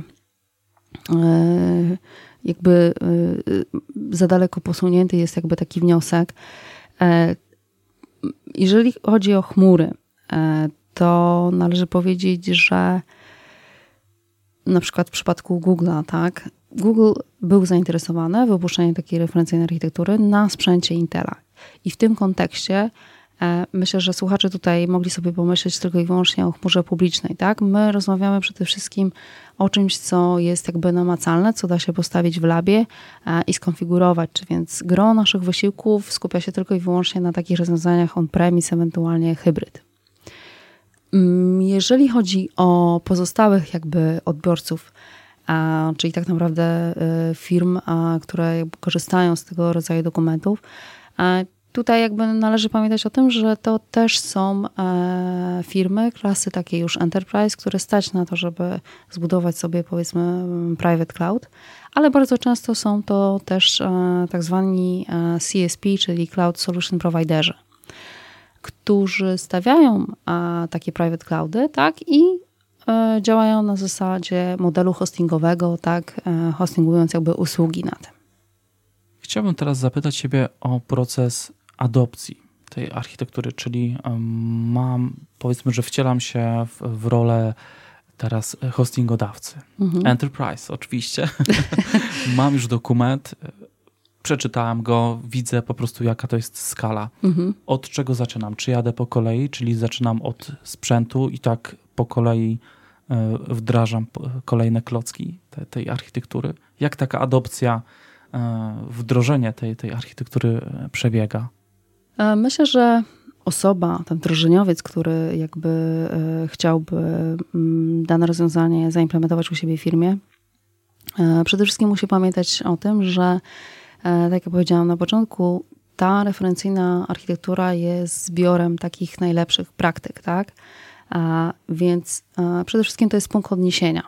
jakby za daleko posunięty jest jakby taki wniosek. Jeżeli chodzi o chmury, to należy powiedzieć, że na przykład w przypadku Google'a, tak, Google był zainteresowany wypuszczeniem takiej referencyjnej architektury na sprzęcie Intela. I w tym kontekście myślę, że słuchacze tutaj mogli sobie pomyśleć tylko i wyłącznie o chmurze publicznej. Tak? My rozmawiamy przede wszystkim o czymś, co jest jakby namacalne, co da się postawić w labie i skonfigurować. Czy więc gro naszych wysiłków skupia się tylko i wyłącznie na takich rozwiązaniach on-premise, ewentualnie hybryd. Jeżeli chodzi o pozostałych jakby odbiorców, czyli tak naprawdę firm, które korzystają z tego rodzaju dokumentów, tutaj jakby należy pamiętać o tym, że to też są e, firmy klasy takiej już enterprise, które stać na to, żeby zbudować sobie powiedzmy private cloud, ale bardzo często są to też e, tak zwani e, C S P, czyli Cloud Solution Providerzy, którzy stawiają e, takie private cloudy, tak, i e, działają na zasadzie modelu hostingowego, tak, e, hostingując jakby usługi na tym. Chciałbym teraz zapytać Ciebie o proces adopcji tej architektury, czyli mam, powiedzmy, że wcielam się w, w rolę teraz hostingodawcy. Mhm. Enterprise oczywiście. Mam już dokument, przeczytałem go, widzę po prostu jaka to jest skala. Mhm. Od czego zaczynam? Czy jadę po kolei, czyli zaczynam od sprzętu i tak po kolei wdrażam kolejne klocki te, tej architektury? Jak taka adopcja, wdrożenie tej, tej architektury przebiega? Myślę, że osoba, ten wdrożeniowiec, który jakby chciałby dane rozwiązanie zaimplementować u siebie w firmie, przede wszystkim musi pamiętać o tym, że tak jak powiedziałam na początku, ta referencyjna architektura jest zbiorem takich najlepszych praktyk, tak? Więc przede wszystkim to jest punkt odniesienia.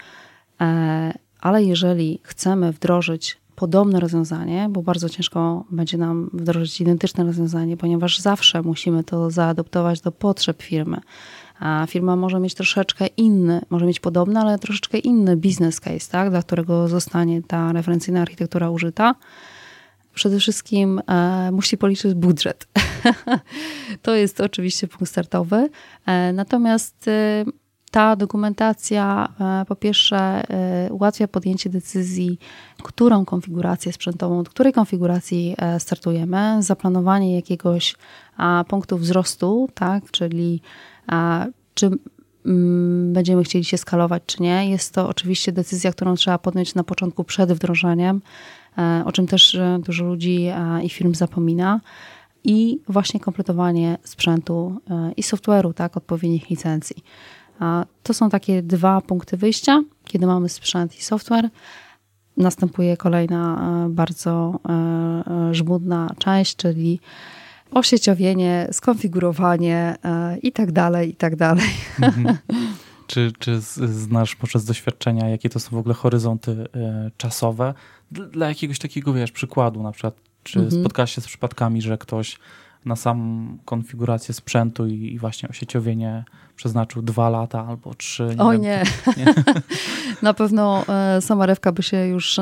Ale jeżeli chcemy wdrożyć podobne rozwiązanie, bo bardzo ciężko będzie nam wdrożyć identyczne rozwiązanie, ponieważ zawsze musimy to zaadoptować do potrzeb firmy. A firma może mieć troszeczkę inny, może mieć podobny, ale troszeczkę inny business case, tak, dla którego zostanie ta referencyjna architektura użyta. Przede wszystkim e, musi policzyć budżet. To jest oczywiście punkt startowy. E, natomiast e, ta dokumentacja po pierwsze ułatwia podjęcie decyzji, którą konfigurację sprzętową, od której konfiguracji startujemy, zaplanowanie jakiegoś punktu wzrostu, tak, czyli czy będziemy chcieli się skalować, czy nie. Jest to oczywiście decyzja, którą trzeba podjąć na początku przed wdrożeniem, o czym też dużo ludzi i firm zapomina. I właśnie kompletowanie sprzętu i software'u, tak, odpowiednich licencji. To są takie dwa punkty wyjścia, kiedy mamy sprzęt i software. Następuje kolejna bardzo żmudna część, czyli osieciowienie, skonfigurowanie i tak dalej, i tak dalej. Mhm. Czy, czy znasz może z doświadczenia, jakie to są w ogóle horyzonty czasowe? Dla jakiegoś takiego, wiesz, przykładu na przykład, czy mhm. spotkałaś się z przypadkami, że ktoś na samą konfigurację sprzętu i, i właśnie osieciowienie przeznaczył dwa lata albo trzy. Nie o wiem, nie. Czy, nie. Na pewno e, sama rewka by się już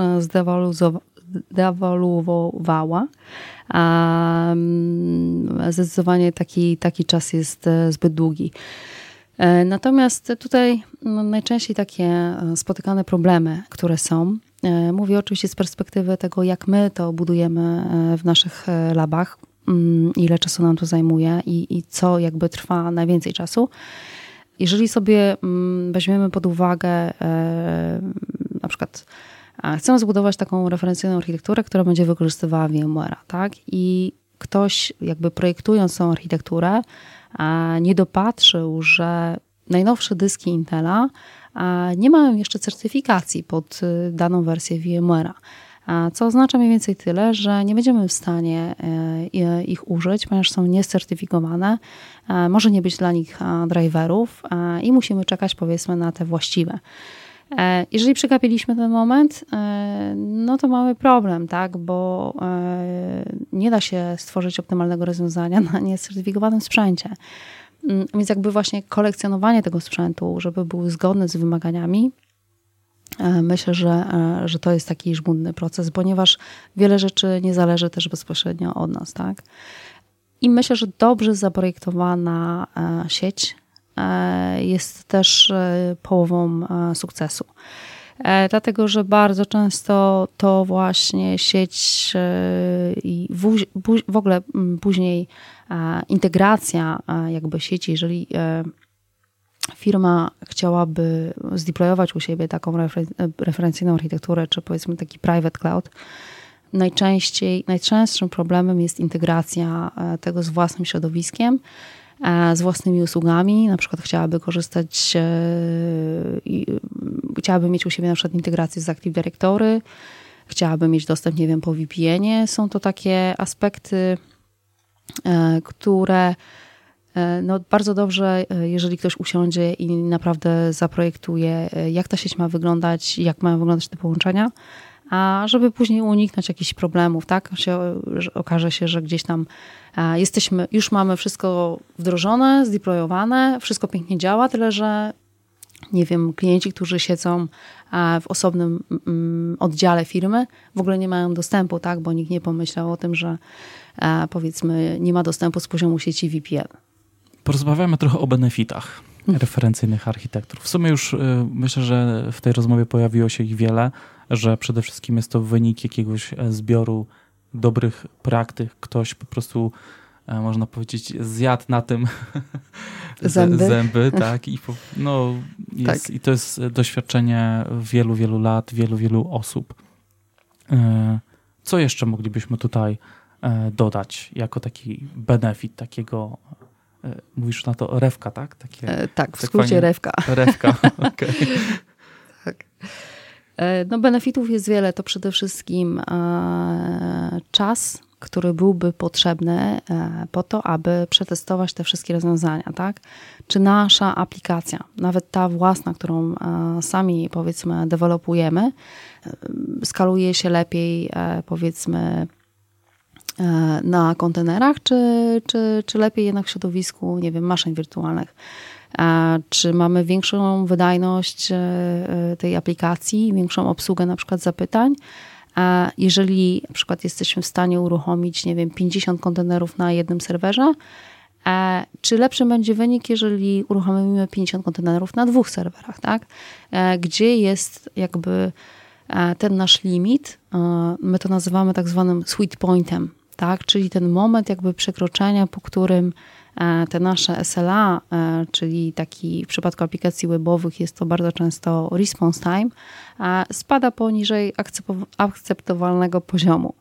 zdewaluowała. A, zdecydowanie taki, taki czas jest zbyt długi. E, natomiast tutaj no, najczęściej takie spotykane problemy, które są, e, mówię oczywiście z perspektywy tego, jak my to budujemy w naszych labach, ile czasu nam to zajmuje i, i co jakby trwa najwięcej czasu. Jeżeli sobie weźmiemy pod uwagę e, na przykład chcemy zbudować taką referencyjną architekturę, która będzie wykorzystywała VMware'a, tak? I ktoś jakby projektując tą architekturę nie dopatrzył, że najnowsze dyski Intela nie mają jeszcze certyfikacji pod daną wersję VMware'a. Co oznacza mniej więcej tyle, że nie będziemy w stanie ich użyć, ponieważ są niecertyfikowane. Może nie być dla nich driverów i musimy czekać, powiedzmy, na te właściwe. Jeżeli przegapiliśmy ten moment, no to mamy problem, tak? Bo nie da się stworzyć optymalnego rozwiązania na niecertyfikowanym sprzęcie. Więc jakby właśnie kolekcjonowanie tego sprzętu, żeby był zgodny z wymaganiami, myślę, że, że to jest taki żmudny proces, ponieważ wiele rzeczy nie zależy też bezpośrednio od nas, tak? I myślę, że dobrze zaprojektowana sieć jest też połową sukcesu. Dlatego, że bardzo często to właśnie sieć i w ogóle później integracja jakby sieci, jeżeli firma chciałaby zdeployować u siebie taką refer- referencyjną architekturę, czy powiedzmy taki private cloud, najczęściej, najczęstszym problemem jest integracja tego z własnym środowiskiem, z własnymi usługami. Na przykład chciałaby korzystać, i chciałaby mieć u siebie na przykład integrację z Active Directory, chciałaby mieć dostęp, nie wiem, po V P N-ie. Są to takie aspekty, które no bardzo dobrze, jeżeli ktoś usiądzie i naprawdę zaprojektuje, jak ta sieć ma wyglądać, jak mają wyglądać te połączenia, a żeby później uniknąć jakichś problemów, tak? Się, okaże się, że gdzieś tam jesteśmy, już mamy wszystko wdrożone, zdeployowane, wszystko pięknie działa, tyle że nie wiem, klienci, którzy siedzą w osobnym oddziale firmy, w ogóle nie mają dostępu, tak? Bo nikt nie pomyślał o tym, że powiedzmy nie ma dostępu z poziomu sieci V P N. Porozmawiamy trochę o benefitach referencyjnych architektur. W sumie już y, myślę, że w tej rozmowie pojawiło się ich wiele, że przede wszystkim jest to wynik jakiegoś zbioru dobrych praktyk. Ktoś po prostu, e, można powiedzieć, zjadł na tym zęby, zęby tak? I, po, no, jest, tak. I to jest doświadczenie wielu, wielu lat, wielu, wielu osób. E, co jeszcze moglibyśmy tutaj e, dodać jako taki benefit takiego. Mówisz na to rewka, tak? Takie, e, tak, w tak skrócie rewka. Rewka, okej. Tak. E, no benefitów jest wiele. To przede wszystkim e, czas, który byłby potrzebny e, po to, aby przetestować te wszystkie rozwiązania, tak? Czy nasza aplikacja, nawet ta własna, którą e, sami powiedzmy dewelopujemy, e, skaluje się lepiej, e, powiedzmy, na kontenerach, czy, czy, czy lepiej jednak w środowisku, nie wiem, maszyn wirtualnych. Czy mamy większą wydajność tej aplikacji, większą obsługę na przykład zapytań. Jeżeli na przykład jesteśmy w stanie uruchomić, nie wiem, pięćdziesiąt kontenerów na jednym serwerze, czy lepszy będzie wynik, jeżeli uruchomimy pięćdziesiąt kontenerów na dwóch serwerach, tak? Gdzie jest jakby ten nasz limit, my to nazywamy tak zwanym sweet pointem, tak? Czyli ten moment jakby przekroczenia, po którym te nasze S L A, czyli taki w przypadku aplikacji webowych jest to bardzo często response time, spada poniżej akceptowalnego poziomu.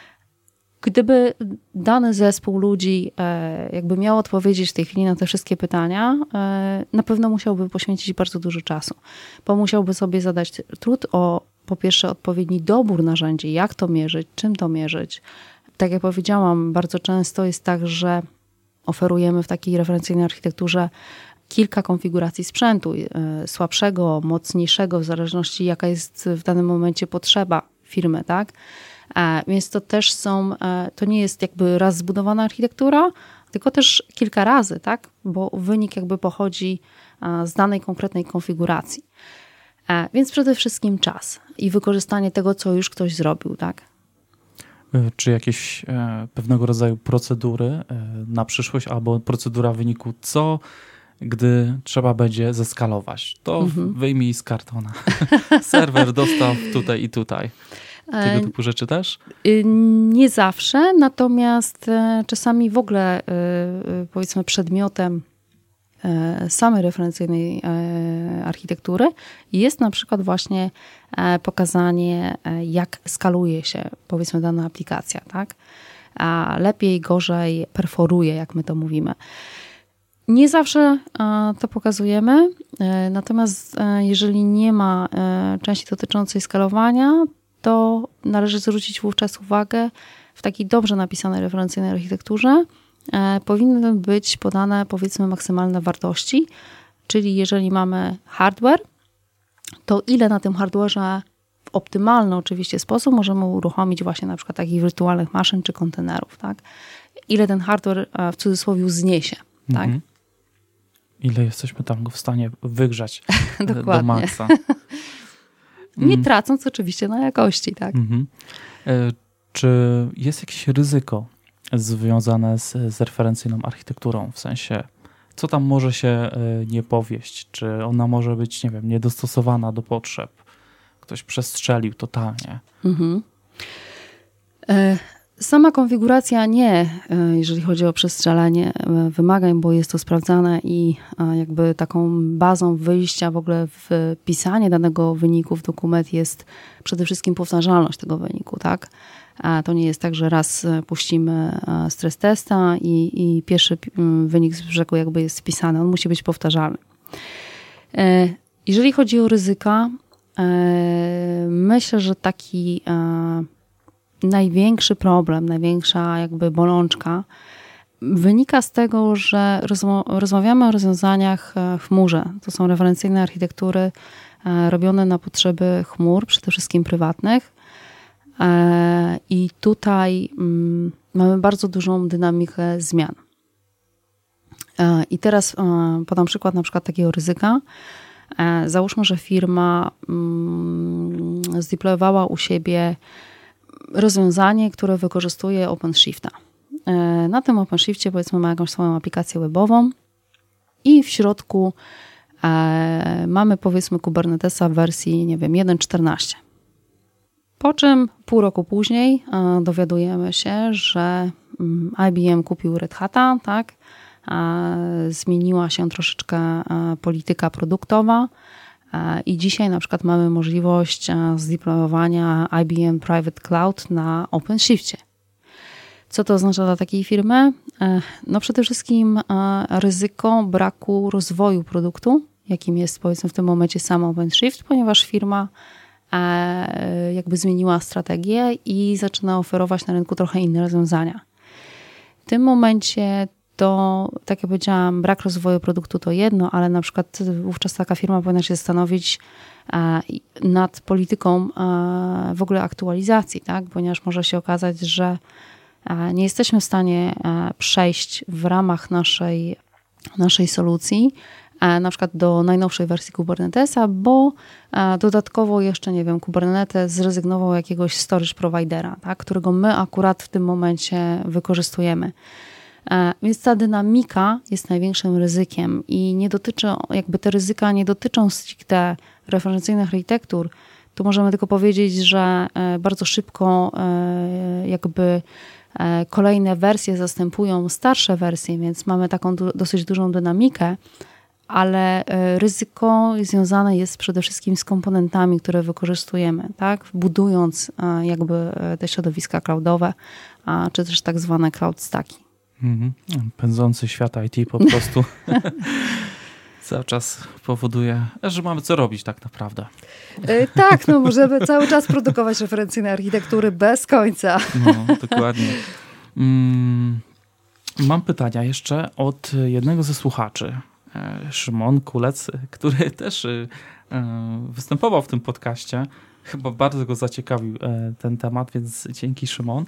Gdyby dany zespół ludzi jakby miał odpowiedzieć w tej chwili na te wszystkie pytania, na pewno musiałby poświęcić bardzo dużo czasu, bo musiałby sobie zadać trud o po pierwsze odpowiedni dobór narzędzi, jak to mierzyć, czym to mierzyć. Tak jak powiedziałam, bardzo często jest tak, że oferujemy w takiej referencyjnej architekturze kilka konfiguracji sprzętu, słabszego, mocniejszego, w zależności jaka jest w danym momencie potrzeba firmy, tak? Więc to też są, to nie jest jakby raz zbudowana architektura, tylko też kilka razy, tak? Bo wynik jakby pochodzi z danej konkretnej konfiguracji. Więc przede wszystkim czas i wykorzystanie tego, co już ktoś zrobił, tak? Czy jakieś e, pewnego rodzaju procedury e, na przyszłość albo procedura wyniku, co gdy trzeba będzie zeskalować? To mhm. wyjmij z kartona. Serwer, dostaw tutaj i tutaj. Tego typu rzeczy też? Nie zawsze, natomiast czasami w ogóle powiedzmy przedmiotem samej referencyjnej architektury jest na przykład właśnie pokazanie, jak skaluje się powiedzmy dana aplikacja, tak? A lepiej, gorzej perforuje, jak my to mówimy. Nie zawsze to pokazujemy, natomiast jeżeli nie ma części dotyczącej skalowania, to należy zwrócić wówczas uwagę, w takiej dobrze napisanej referencyjnej architekturze powinny być podane, powiedzmy, maksymalne wartości, czyli jeżeli mamy hardware, to ile na tym hardware'ze w optymalny oczywiście sposób możemy uruchomić właśnie na przykład takich wirtualnych maszyn czy kontenerów, tak? Ile ten hardware w cudzysłowie zniesie, tak? Mhm. Ile jesteśmy tam go w stanie wygrzać do maksa. Nie tracąc oczywiście na jakości, tak? Mhm. Czy jest jakieś ryzyko związane z, z referencyjną architekturą? W sensie, co tam może się nie powieść? Czy ona może być, nie wiem, niedostosowana do potrzeb? Ktoś przestrzelił totalnie. Mhm. Sama konfiguracja nie, jeżeli chodzi o przestrzelanie wymagań, bo jest to sprawdzane i jakby taką bazą wyjścia w ogóle w pisanie danego wyniku w dokument jest przede wszystkim powtarzalność tego wyniku, tak? A to nie jest tak, że raz puścimy stres testa i, i pierwszy wynik z brzegu jakby jest wpisany. On musi być powtarzalny. Jeżeli chodzi o ryzyka, myślę, że taki największy problem, największa jakby bolączka wynika z tego, że rozmawiamy o rozwiązaniach w chmurze. To są referencyjne architektury robione na potrzeby chmur, przede wszystkim prywatnych. I tutaj mamy bardzo dużą dynamikę zmian. I teraz podam przykład na przykład takiego ryzyka. Załóżmy, że firma zdeployowała u siebie rozwiązanie, które wykorzystuje OpenShifta. Na tym OpenShifcie powiedzmy ma jakąś swoją aplikację webową i w środku mamy powiedzmy Kubernetesa w wersji, nie wiem, jeden czternaście. Po czym pół roku później dowiadujemy się, że I B M kupił Red Hata, tak? Zmieniła się troszeczkę polityka produktowa i dzisiaj na przykład mamy możliwość zdeployowania I B M Private Cloud na OpenShifcie. Co to oznacza dla takiej firmy? No przede wszystkim ryzyko braku rozwoju produktu, jakim jest powiedzmy w tym momencie sam OpenShift, ponieważ firma jakby zmieniła strategię i zaczyna oferować na rynku trochę inne rozwiązania. W tym momencie to, tak jak powiedziałam, brak rozwoju produktu to jedno, ale na przykład wówczas taka firma powinna się zastanowić nad polityką w ogóle aktualizacji, tak? Ponieważ może się okazać, że nie jesteśmy w stanie przejść w ramach naszej, naszej solucji na przykład do najnowszej wersji Kubernetesa, bo dodatkowo jeszcze, nie wiem, Kubernetes zrezygnował jakiegoś storage providera, tak, którego my akurat w tym momencie wykorzystujemy. Więc ta dynamika jest największym ryzykiem i nie dotyczy, jakby te ryzyka nie dotyczą stricte referencyjnych architektur. Tu możemy tylko powiedzieć, że bardzo szybko jakby kolejne wersje zastępują starsze wersje, więc mamy taką du- dosyć dużą dynamikę, ale ryzyko związane jest przede wszystkim z komponentami, które wykorzystujemy, tak? Budując jakby te środowiska cloudowe, czy też tak zwane cloud stacki. Mhm. Pędzący świat I T po prostu cały czas powoduje, że mamy co robić tak naprawdę. Yy, tak, no możemy cały czas produkować referencyjne architektury bez końca. No, dokładnie. Mm, mam pytania jeszcze od jednego ze słuchaczy. Szymon Kulec, który też występował w tym podcaście. Chyba bardzo go zaciekawił ten temat, więc dzięki, Szymon.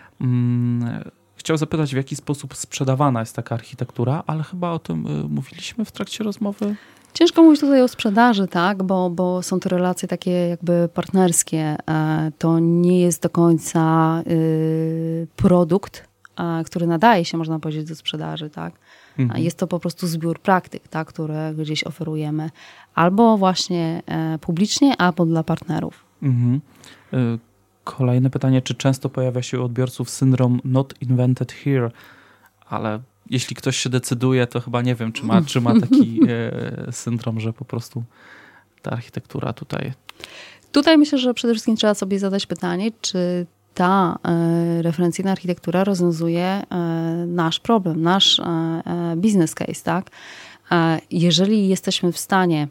Chciał zapytać, w jaki sposób sprzedawana jest taka architektura, ale chyba o tym mówiliśmy w trakcie rozmowy. Ciężko mówić tutaj o sprzedaży, tak, bo, bo są to relacje takie jakby partnerskie. To nie jest do końca produkt, który nadaje się, można powiedzieć, do sprzedaży, tak. Mhm. Jest to po prostu zbiór praktyk, tak, które gdzieś oferujemy albo właśnie publicznie, albo dla partnerów. Mhm. Kolejne pytanie, czy często pojawia się u odbiorców syndrom not invented here, ale jeśli ktoś się decyduje, to chyba nie wiem, czy ma, czy ma taki e, syndrom, że po prostu ta architektura tutaj... Tutaj myślę, że przede wszystkim trzeba sobie zadać pytanie, czy ta referencyjna architektura rozwiązuje nasz problem, nasz business case, tak? Jeżeli jesteśmy w stanie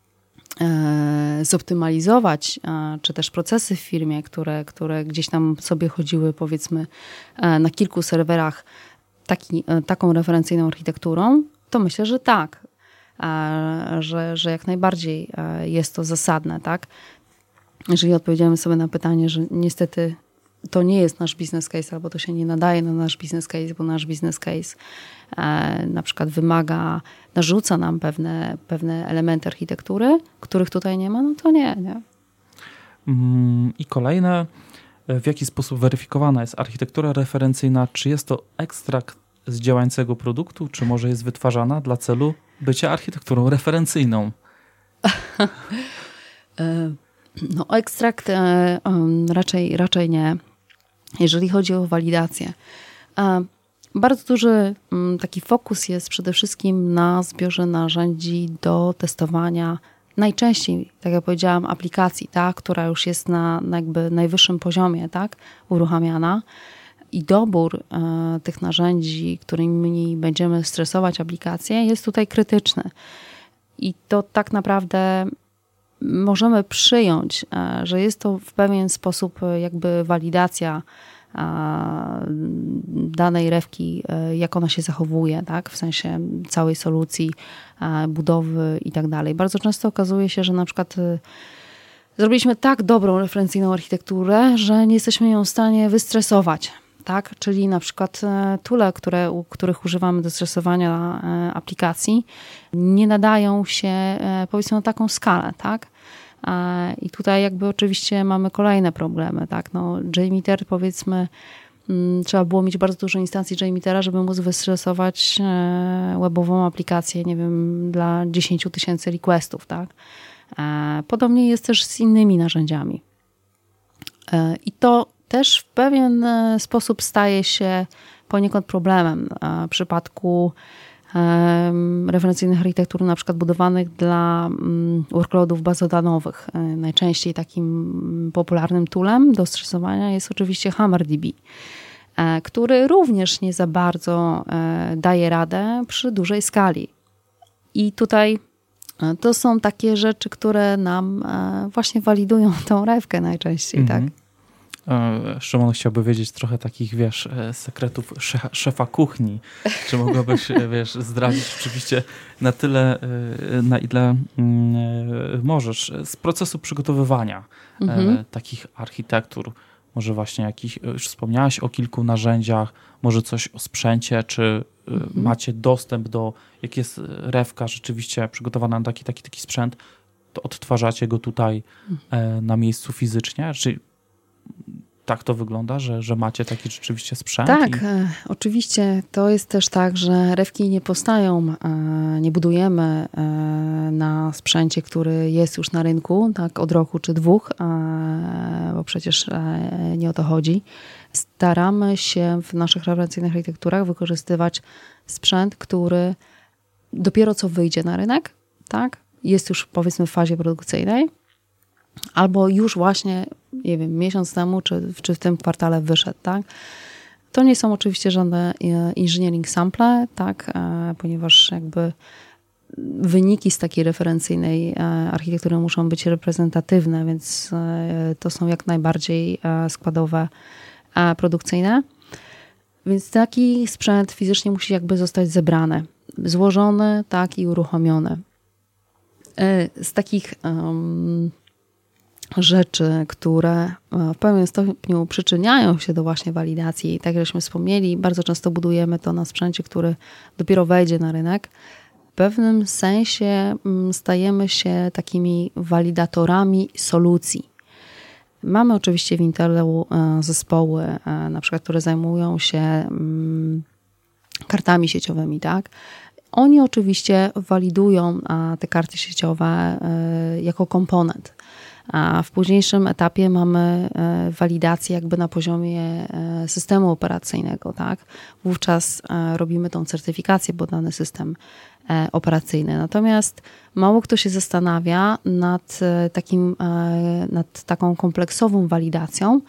zoptymalizować, czy też procesy w firmie, które, które gdzieś tam sobie chodziły, powiedzmy, na kilku serwerach taki, taką referencyjną architekturą, to myślę, że tak, że, że jak najbardziej jest to zasadne, tak? Jeżeli odpowiedziemy sobie na pytanie, że niestety to nie jest nasz business case, albo to się nie nadaje na nasz business case, bo nasz business case e, na przykład wymaga, narzuca nam pewne, pewne elementy architektury, których tutaj nie ma, no to nie, nie. I kolejne, w jaki sposób weryfikowana jest architektura referencyjna? Czy jest to ekstrakt z działającego produktu, czy może jest wytwarzana dla celu bycia architekturą referencyjną? No ekstrakt e, um, raczej, raczej nie. Jeżeli chodzi o walidację. E, bardzo duży m, taki fokus jest przede wszystkim na zbiorze narzędzi do testowania najczęściej, tak jak powiedziałam, aplikacji, tak, która już jest na, na jakby najwyższym poziomie, tak, uruchamiana. I dobór e, tych narzędzi, którymi będziemy stresować aplikacje, jest tutaj krytyczny. I to tak naprawdę możemy przyjąć, że jest to w pewien sposób jakby walidacja danej rewki, jak ona się zachowuje, tak? W sensie całej solucji, budowy i tak dalej. Bardzo często okazuje się, że na przykład zrobiliśmy tak dobrą referencyjną architekturę, że nie jesteśmy ją w stanie wystresować. Tak? Czyli na przykład toole, które, których używamy do stresowania aplikacji, nie nadają się, powiedzmy, na taką skalę. Tak? I tutaj jakby oczywiście mamy kolejne problemy. Tak? No, JMeter, powiedzmy, trzeba było mieć bardzo dużo instancji JMetera, żeby móc wystresować webową aplikację, nie wiem, dla dziesięć tysięcy requestów. Tak? Podobnie jest też z innymi narzędziami. I to też w pewien sposób staje się poniekąd problemem w przypadku referencyjnych architektur na przykład budowanych dla workloadów bazodanowych. Najczęściej takim popularnym toolem do stresowania jest oczywiście HammerDB, który również nie za bardzo daje radę przy dużej skali. I tutaj to są takie rzeczy, które nam właśnie walidują tą rewkę najczęściej, mhm. tak? Szymon chciałby wiedzieć trochę takich, wiesz, sekretów szefa kuchni. Czy mogłabyś, wiesz, zdradzić oczywiście na tyle, na ile możesz z procesu przygotowywania mhm. takich architektur? Może właśnie jakich, już wspomniałaś o kilku narzędziach, może coś o sprzęcie, czy mhm. macie dostęp do, jak jest rewka rzeczywiście przygotowana na taki, taki, taki sprzęt, to odtwarzacie go tutaj mhm. na miejscu fizycznie? Czy tak to wygląda, że, że macie taki rzeczywiście sprzęt? Tak, i... e, oczywiście to jest też tak, że rewki nie powstają, e, nie budujemy e, na sprzęcie, który jest już na rynku, tak od roku czy dwóch, e, bo przecież e, nie o to chodzi. Staramy się w naszych referencyjnych architekturach wykorzystywać sprzęt, który dopiero co wyjdzie na rynek, tak? Jest już powiedzmy w fazie produkcyjnej, albo już właśnie, nie wiem, miesiąc temu, czy, czy w tym kwartale wyszedł, tak? To nie są oczywiście żadne engineering sample, tak? Ponieważ jakby wyniki z takiej referencyjnej architektury muszą być reprezentatywne, więc to są jak najbardziej składowe produkcyjne. Więc taki sprzęt fizycznie musi jakby zostać zebrany, złożony, tak, i uruchomiony. Z takich um, rzeczy, które w pewnym stopniu przyczyniają się do właśnie walidacji, tak jak żeśmy wspomnieli, bardzo często budujemy to na sprzęcie, który dopiero wejdzie na rynek. W pewnym sensie stajemy się takimi walidatorami solucji. Mamy oczywiście w Intelu zespoły, na przykład, które zajmują się kartami sieciowymi, tak? Oni oczywiście walidują te karty sieciowe jako komponent. A w późniejszym etapie mamy walidację jakby na poziomie systemu operacyjnego, tak? Wówczas robimy tą certyfikację, bo dany system operacyjny. Natomiast mało kto się zastanawia nad takim, nad taką kompleksową walidacją,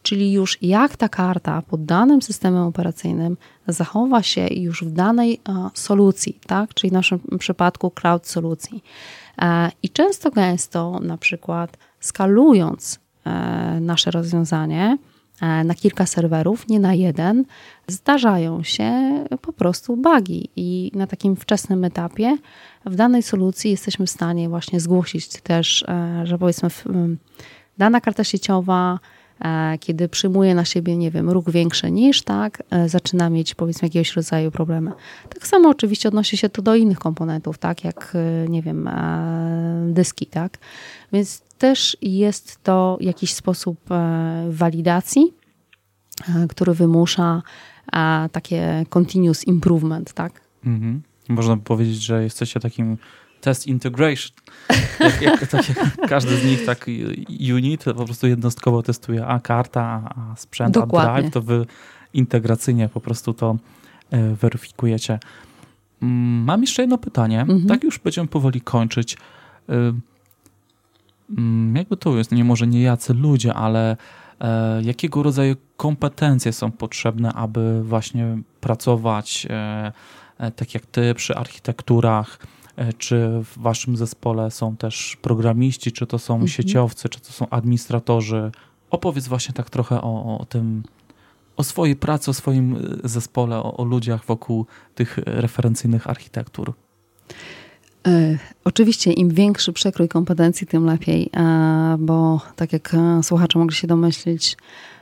czyli już jak ta karta pod danym systemem operacyjnym zachowa się już w danej solucji, tak? Czyli w naszym przypadku cloud solucji. I często gęsto na przykład skalując nasze rozwiązanie na kilka serwerów, nie na jeden, zdarzają się po prostu bugi i na takim wczesnym etapie w danej solucji jesteśmy w stanie właśnie zgłosić też, że powiedzmy dana karta sieciowa, kiedy przyjmuje na siebie, nie wiem, ruch większy niż, tak, zaczyna mieć powiedzmy jakiegoś rodzaju problemy. Tak samo oczywiście odnosi się to do innych komponentów, tak, jak, nie wiem, dyski, tak. Więc też jest to jakiś sposób walidacji, który wymusza takie continuous improvement, tak. Mhm. Można by powiedzieć, że jesteście takim test integration. Jak, jak, tak jak każdy z nich, tak unit po prostu jednostkowo testuje a karta, a sprzęt, Dokładnie. a drive, to wy integracyjnie po prostu to y, weryfikujecie. Mm, mam jeszcze jedno pytanie. Mhm. Tak już będziemy powoli kończyć. Y, y, jakby to jest, nie może nie jacy ludzie, ale y, jakiego rodzaju kompetencje są potrzebne, aby właśnie pracować y, y, tak jak ty przy architekturach? Czy w waszym zespole są też programiści, czy to są mhm. sieciowcy, czy to są administratorzy? Opowiedz właśnie tak trochę o, o tym, o swojej pracy, o swoim zespole, o, o ludziach wokół tych referencyjnych architektur. E, oczywiście im większy przekrój kompetencji, tym lepiej, e, bo tak jak słuchacze mogli się domyślić,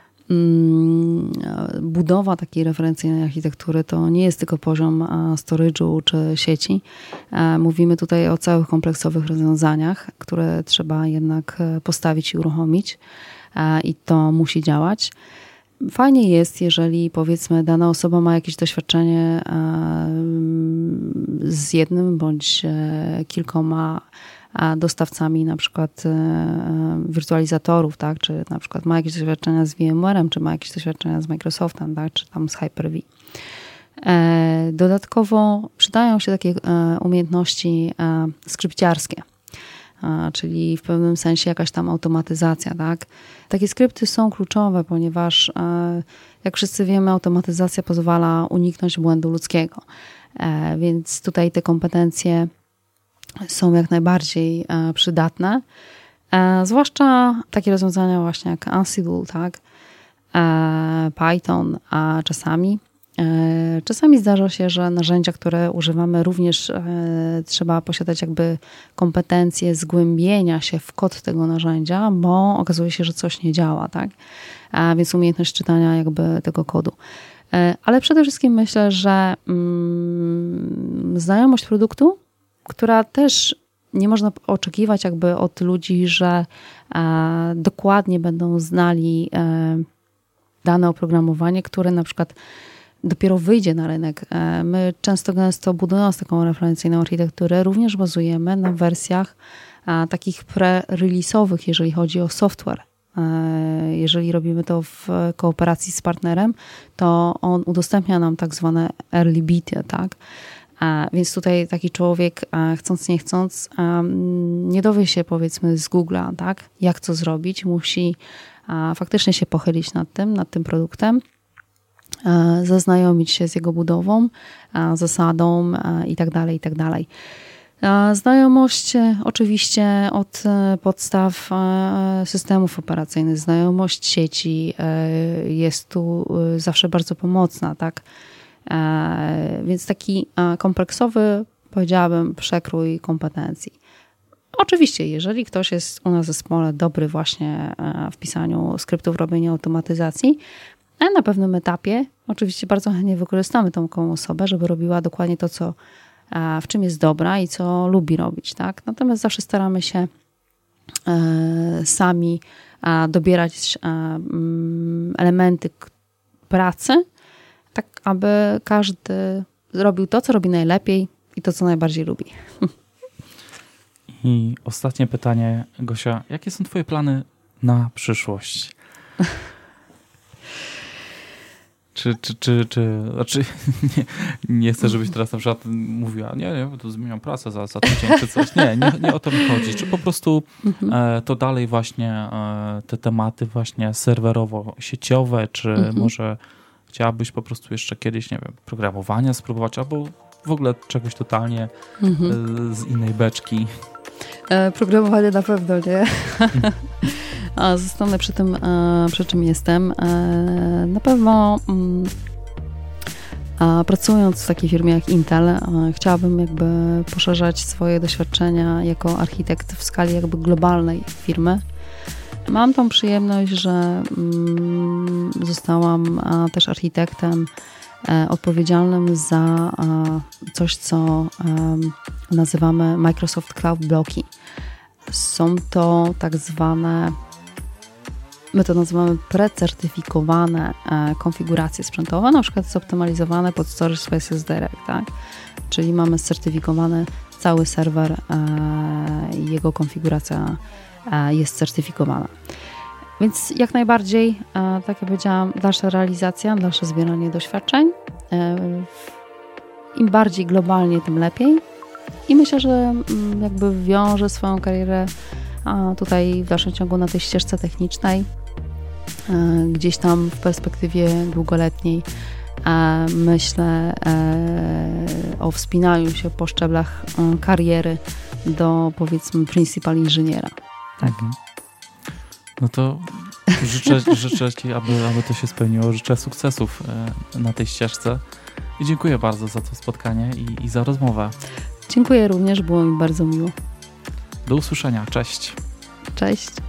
budowa takiej referencyjnej architektury to nie jest tylko poziom storage'u czy sieci. Mówimy tutaj o całych kompleksowych rozwiązaniach, które trzeba jednak postawić i uruchomić i to musi działać. Fajnie jest, jeżeli powiedzmy dana osoba ma jakieś doświadczenie z jednym bądź kilkoma dostawcami na przykład wirtualizatorów, tak, czy na przykład ma jakieś doświadczenia z VMware'em, czy ma jakieś doświadczenia z Microsoftem, tak, czy tam z Hyper-V. Dodatkowo przydają się takie umiejętności skrypciarskie, czyli w pewnym sensie jakaś tam automatyzacja, tak. Takie skrypty są kluczowe, ponieważ jak wszyscy wiemy, automatyzacja pozwala uniknąć błędu ludzkiego, więc tutaj te kompetencje są jak najbardziej e, przydatne, e, zwłaszcza takie rozwiązania właśnie jak Ansible, tak, e, Python, a czasami e, czasami zdarza się, że narzędzia, które używamy, również e, trzeba posiadać jakby kompetencje zgłębienia się w kod tego narzędzia, bo okazuje się, że coś nie działa, tak, a więc umiejętność czytania jakby tego kodu. E, ale przede wszystkim myślę, że mm, znajomość produktu, która też nie można oczekiwać jakby od ludzi, że e, dokładnie będą znali e, dane oprogramowanie, które na przykład dopiero wyjdzie na rynek. E, my często gęsto budując taką referencyjną architekturę również bazujemy na wersjach e, takich pre-release'owych, jeżeli chodzi o software. E, jeżeli robimy to w kooperacji z partnerem, to on udostępnia nam tak zwane early bety, tak? A więc tutaj taki człowiek, chcąc nie chcąc, nie dowie się powiedzmy z Google'a, tak, jak co zrobić, musi faktycznie się pochylić nad tym, nad tym produktem, zaznajomić się z jego budową, zasadą i tak dalej, i tak dalej. Znajomość oczywiście od podstaw systemów operacyjnych, znajomość sieci jest tu zawsze bardzo pomocna, tak. Więc taki kompleksowy, powiedziałabym, przekrój kompetencji. Oczywiście, jeżeli ktoś jest u nas w zespole dobry właśnie w pisaniu skryptów, robieniu automatyzacji, a na pewnym etapie oczywiście bardzo chętnie wykorzystamy tą osobę, żeby robiła dokładnie to, co, w czym jest dobra i co lubi robić, tak? Natomiast zawsze staramy się sami dobierać elementy pracy, tak aby każdy robił to, co robi najlepiej i to, co najbardziej lubi. I ostatnie pytanie, Gosia. Jakie są twoje plany na przyszłość? Czy, czy, czy, czy, znaczy nie, nie chcę, żebyś teraz na przykład mówiła, nie, nie, bo tu zmieniam pracę za, za tydzień czy coś. Nie, nie, nie o to mi chodzi. Czy po prostu mhm. e, to dalej właśnie e, te tematy właśnie serwerowo-sieciowe, czy mhm. może chciałabyś po prostu jeszcze kiedyś, nie wiem, programowania spróbować, albo w ogóle czegoś totalnie mhm. e, z innej beczki? E, programowanie na pewno nie. A zostanę przy tym, przy czym jestem. Na pewno pracując w takiej firmie jak Intel, chciałabym jakby poszerzać swoje doświadczenia jako architekt w skali jakby globalnej firmy. Mam tą przyjemność, że zostałam też architektem odpowiedzialnym za coś, co nazywamy Microsoft Cloud Bloki. Są to tak zwane, my to nazywamy precertyfikowane e, konfiguracje sprzętowe, na przykład zoptymalizowane pod Storage Spaces Direct, tak? Czyli mamy certyfikowany cały serwer, e, jego konfiguracja e, jest certyfikowana. Więc jak najbardziej, e, tak jak powiedziałam, dalsza realizacja, dalsze zbieranie doświadczeń. E, Im bardziej globalnie, tym lepiej. I myślę, że jakby wiążę swoją karierę a tutaj w dalszym ciągu na tej ścieżce technicznej, gdzieś tam w perspektywie długoletniej myślę o wspinaniu się po szczeblach kariery do, powiedzmy, principal inżyniera. Tak. Mhm. No to życzę, życzę Ci, aby, aby to się spełniło. Życzę sukcesów na tej ścieżce i dziękuję bardzo za to spotkanie i, i za rozmowę. Dziękuję również, było mi bardzo miło. Do usłyszenia. Cześć. Cześć.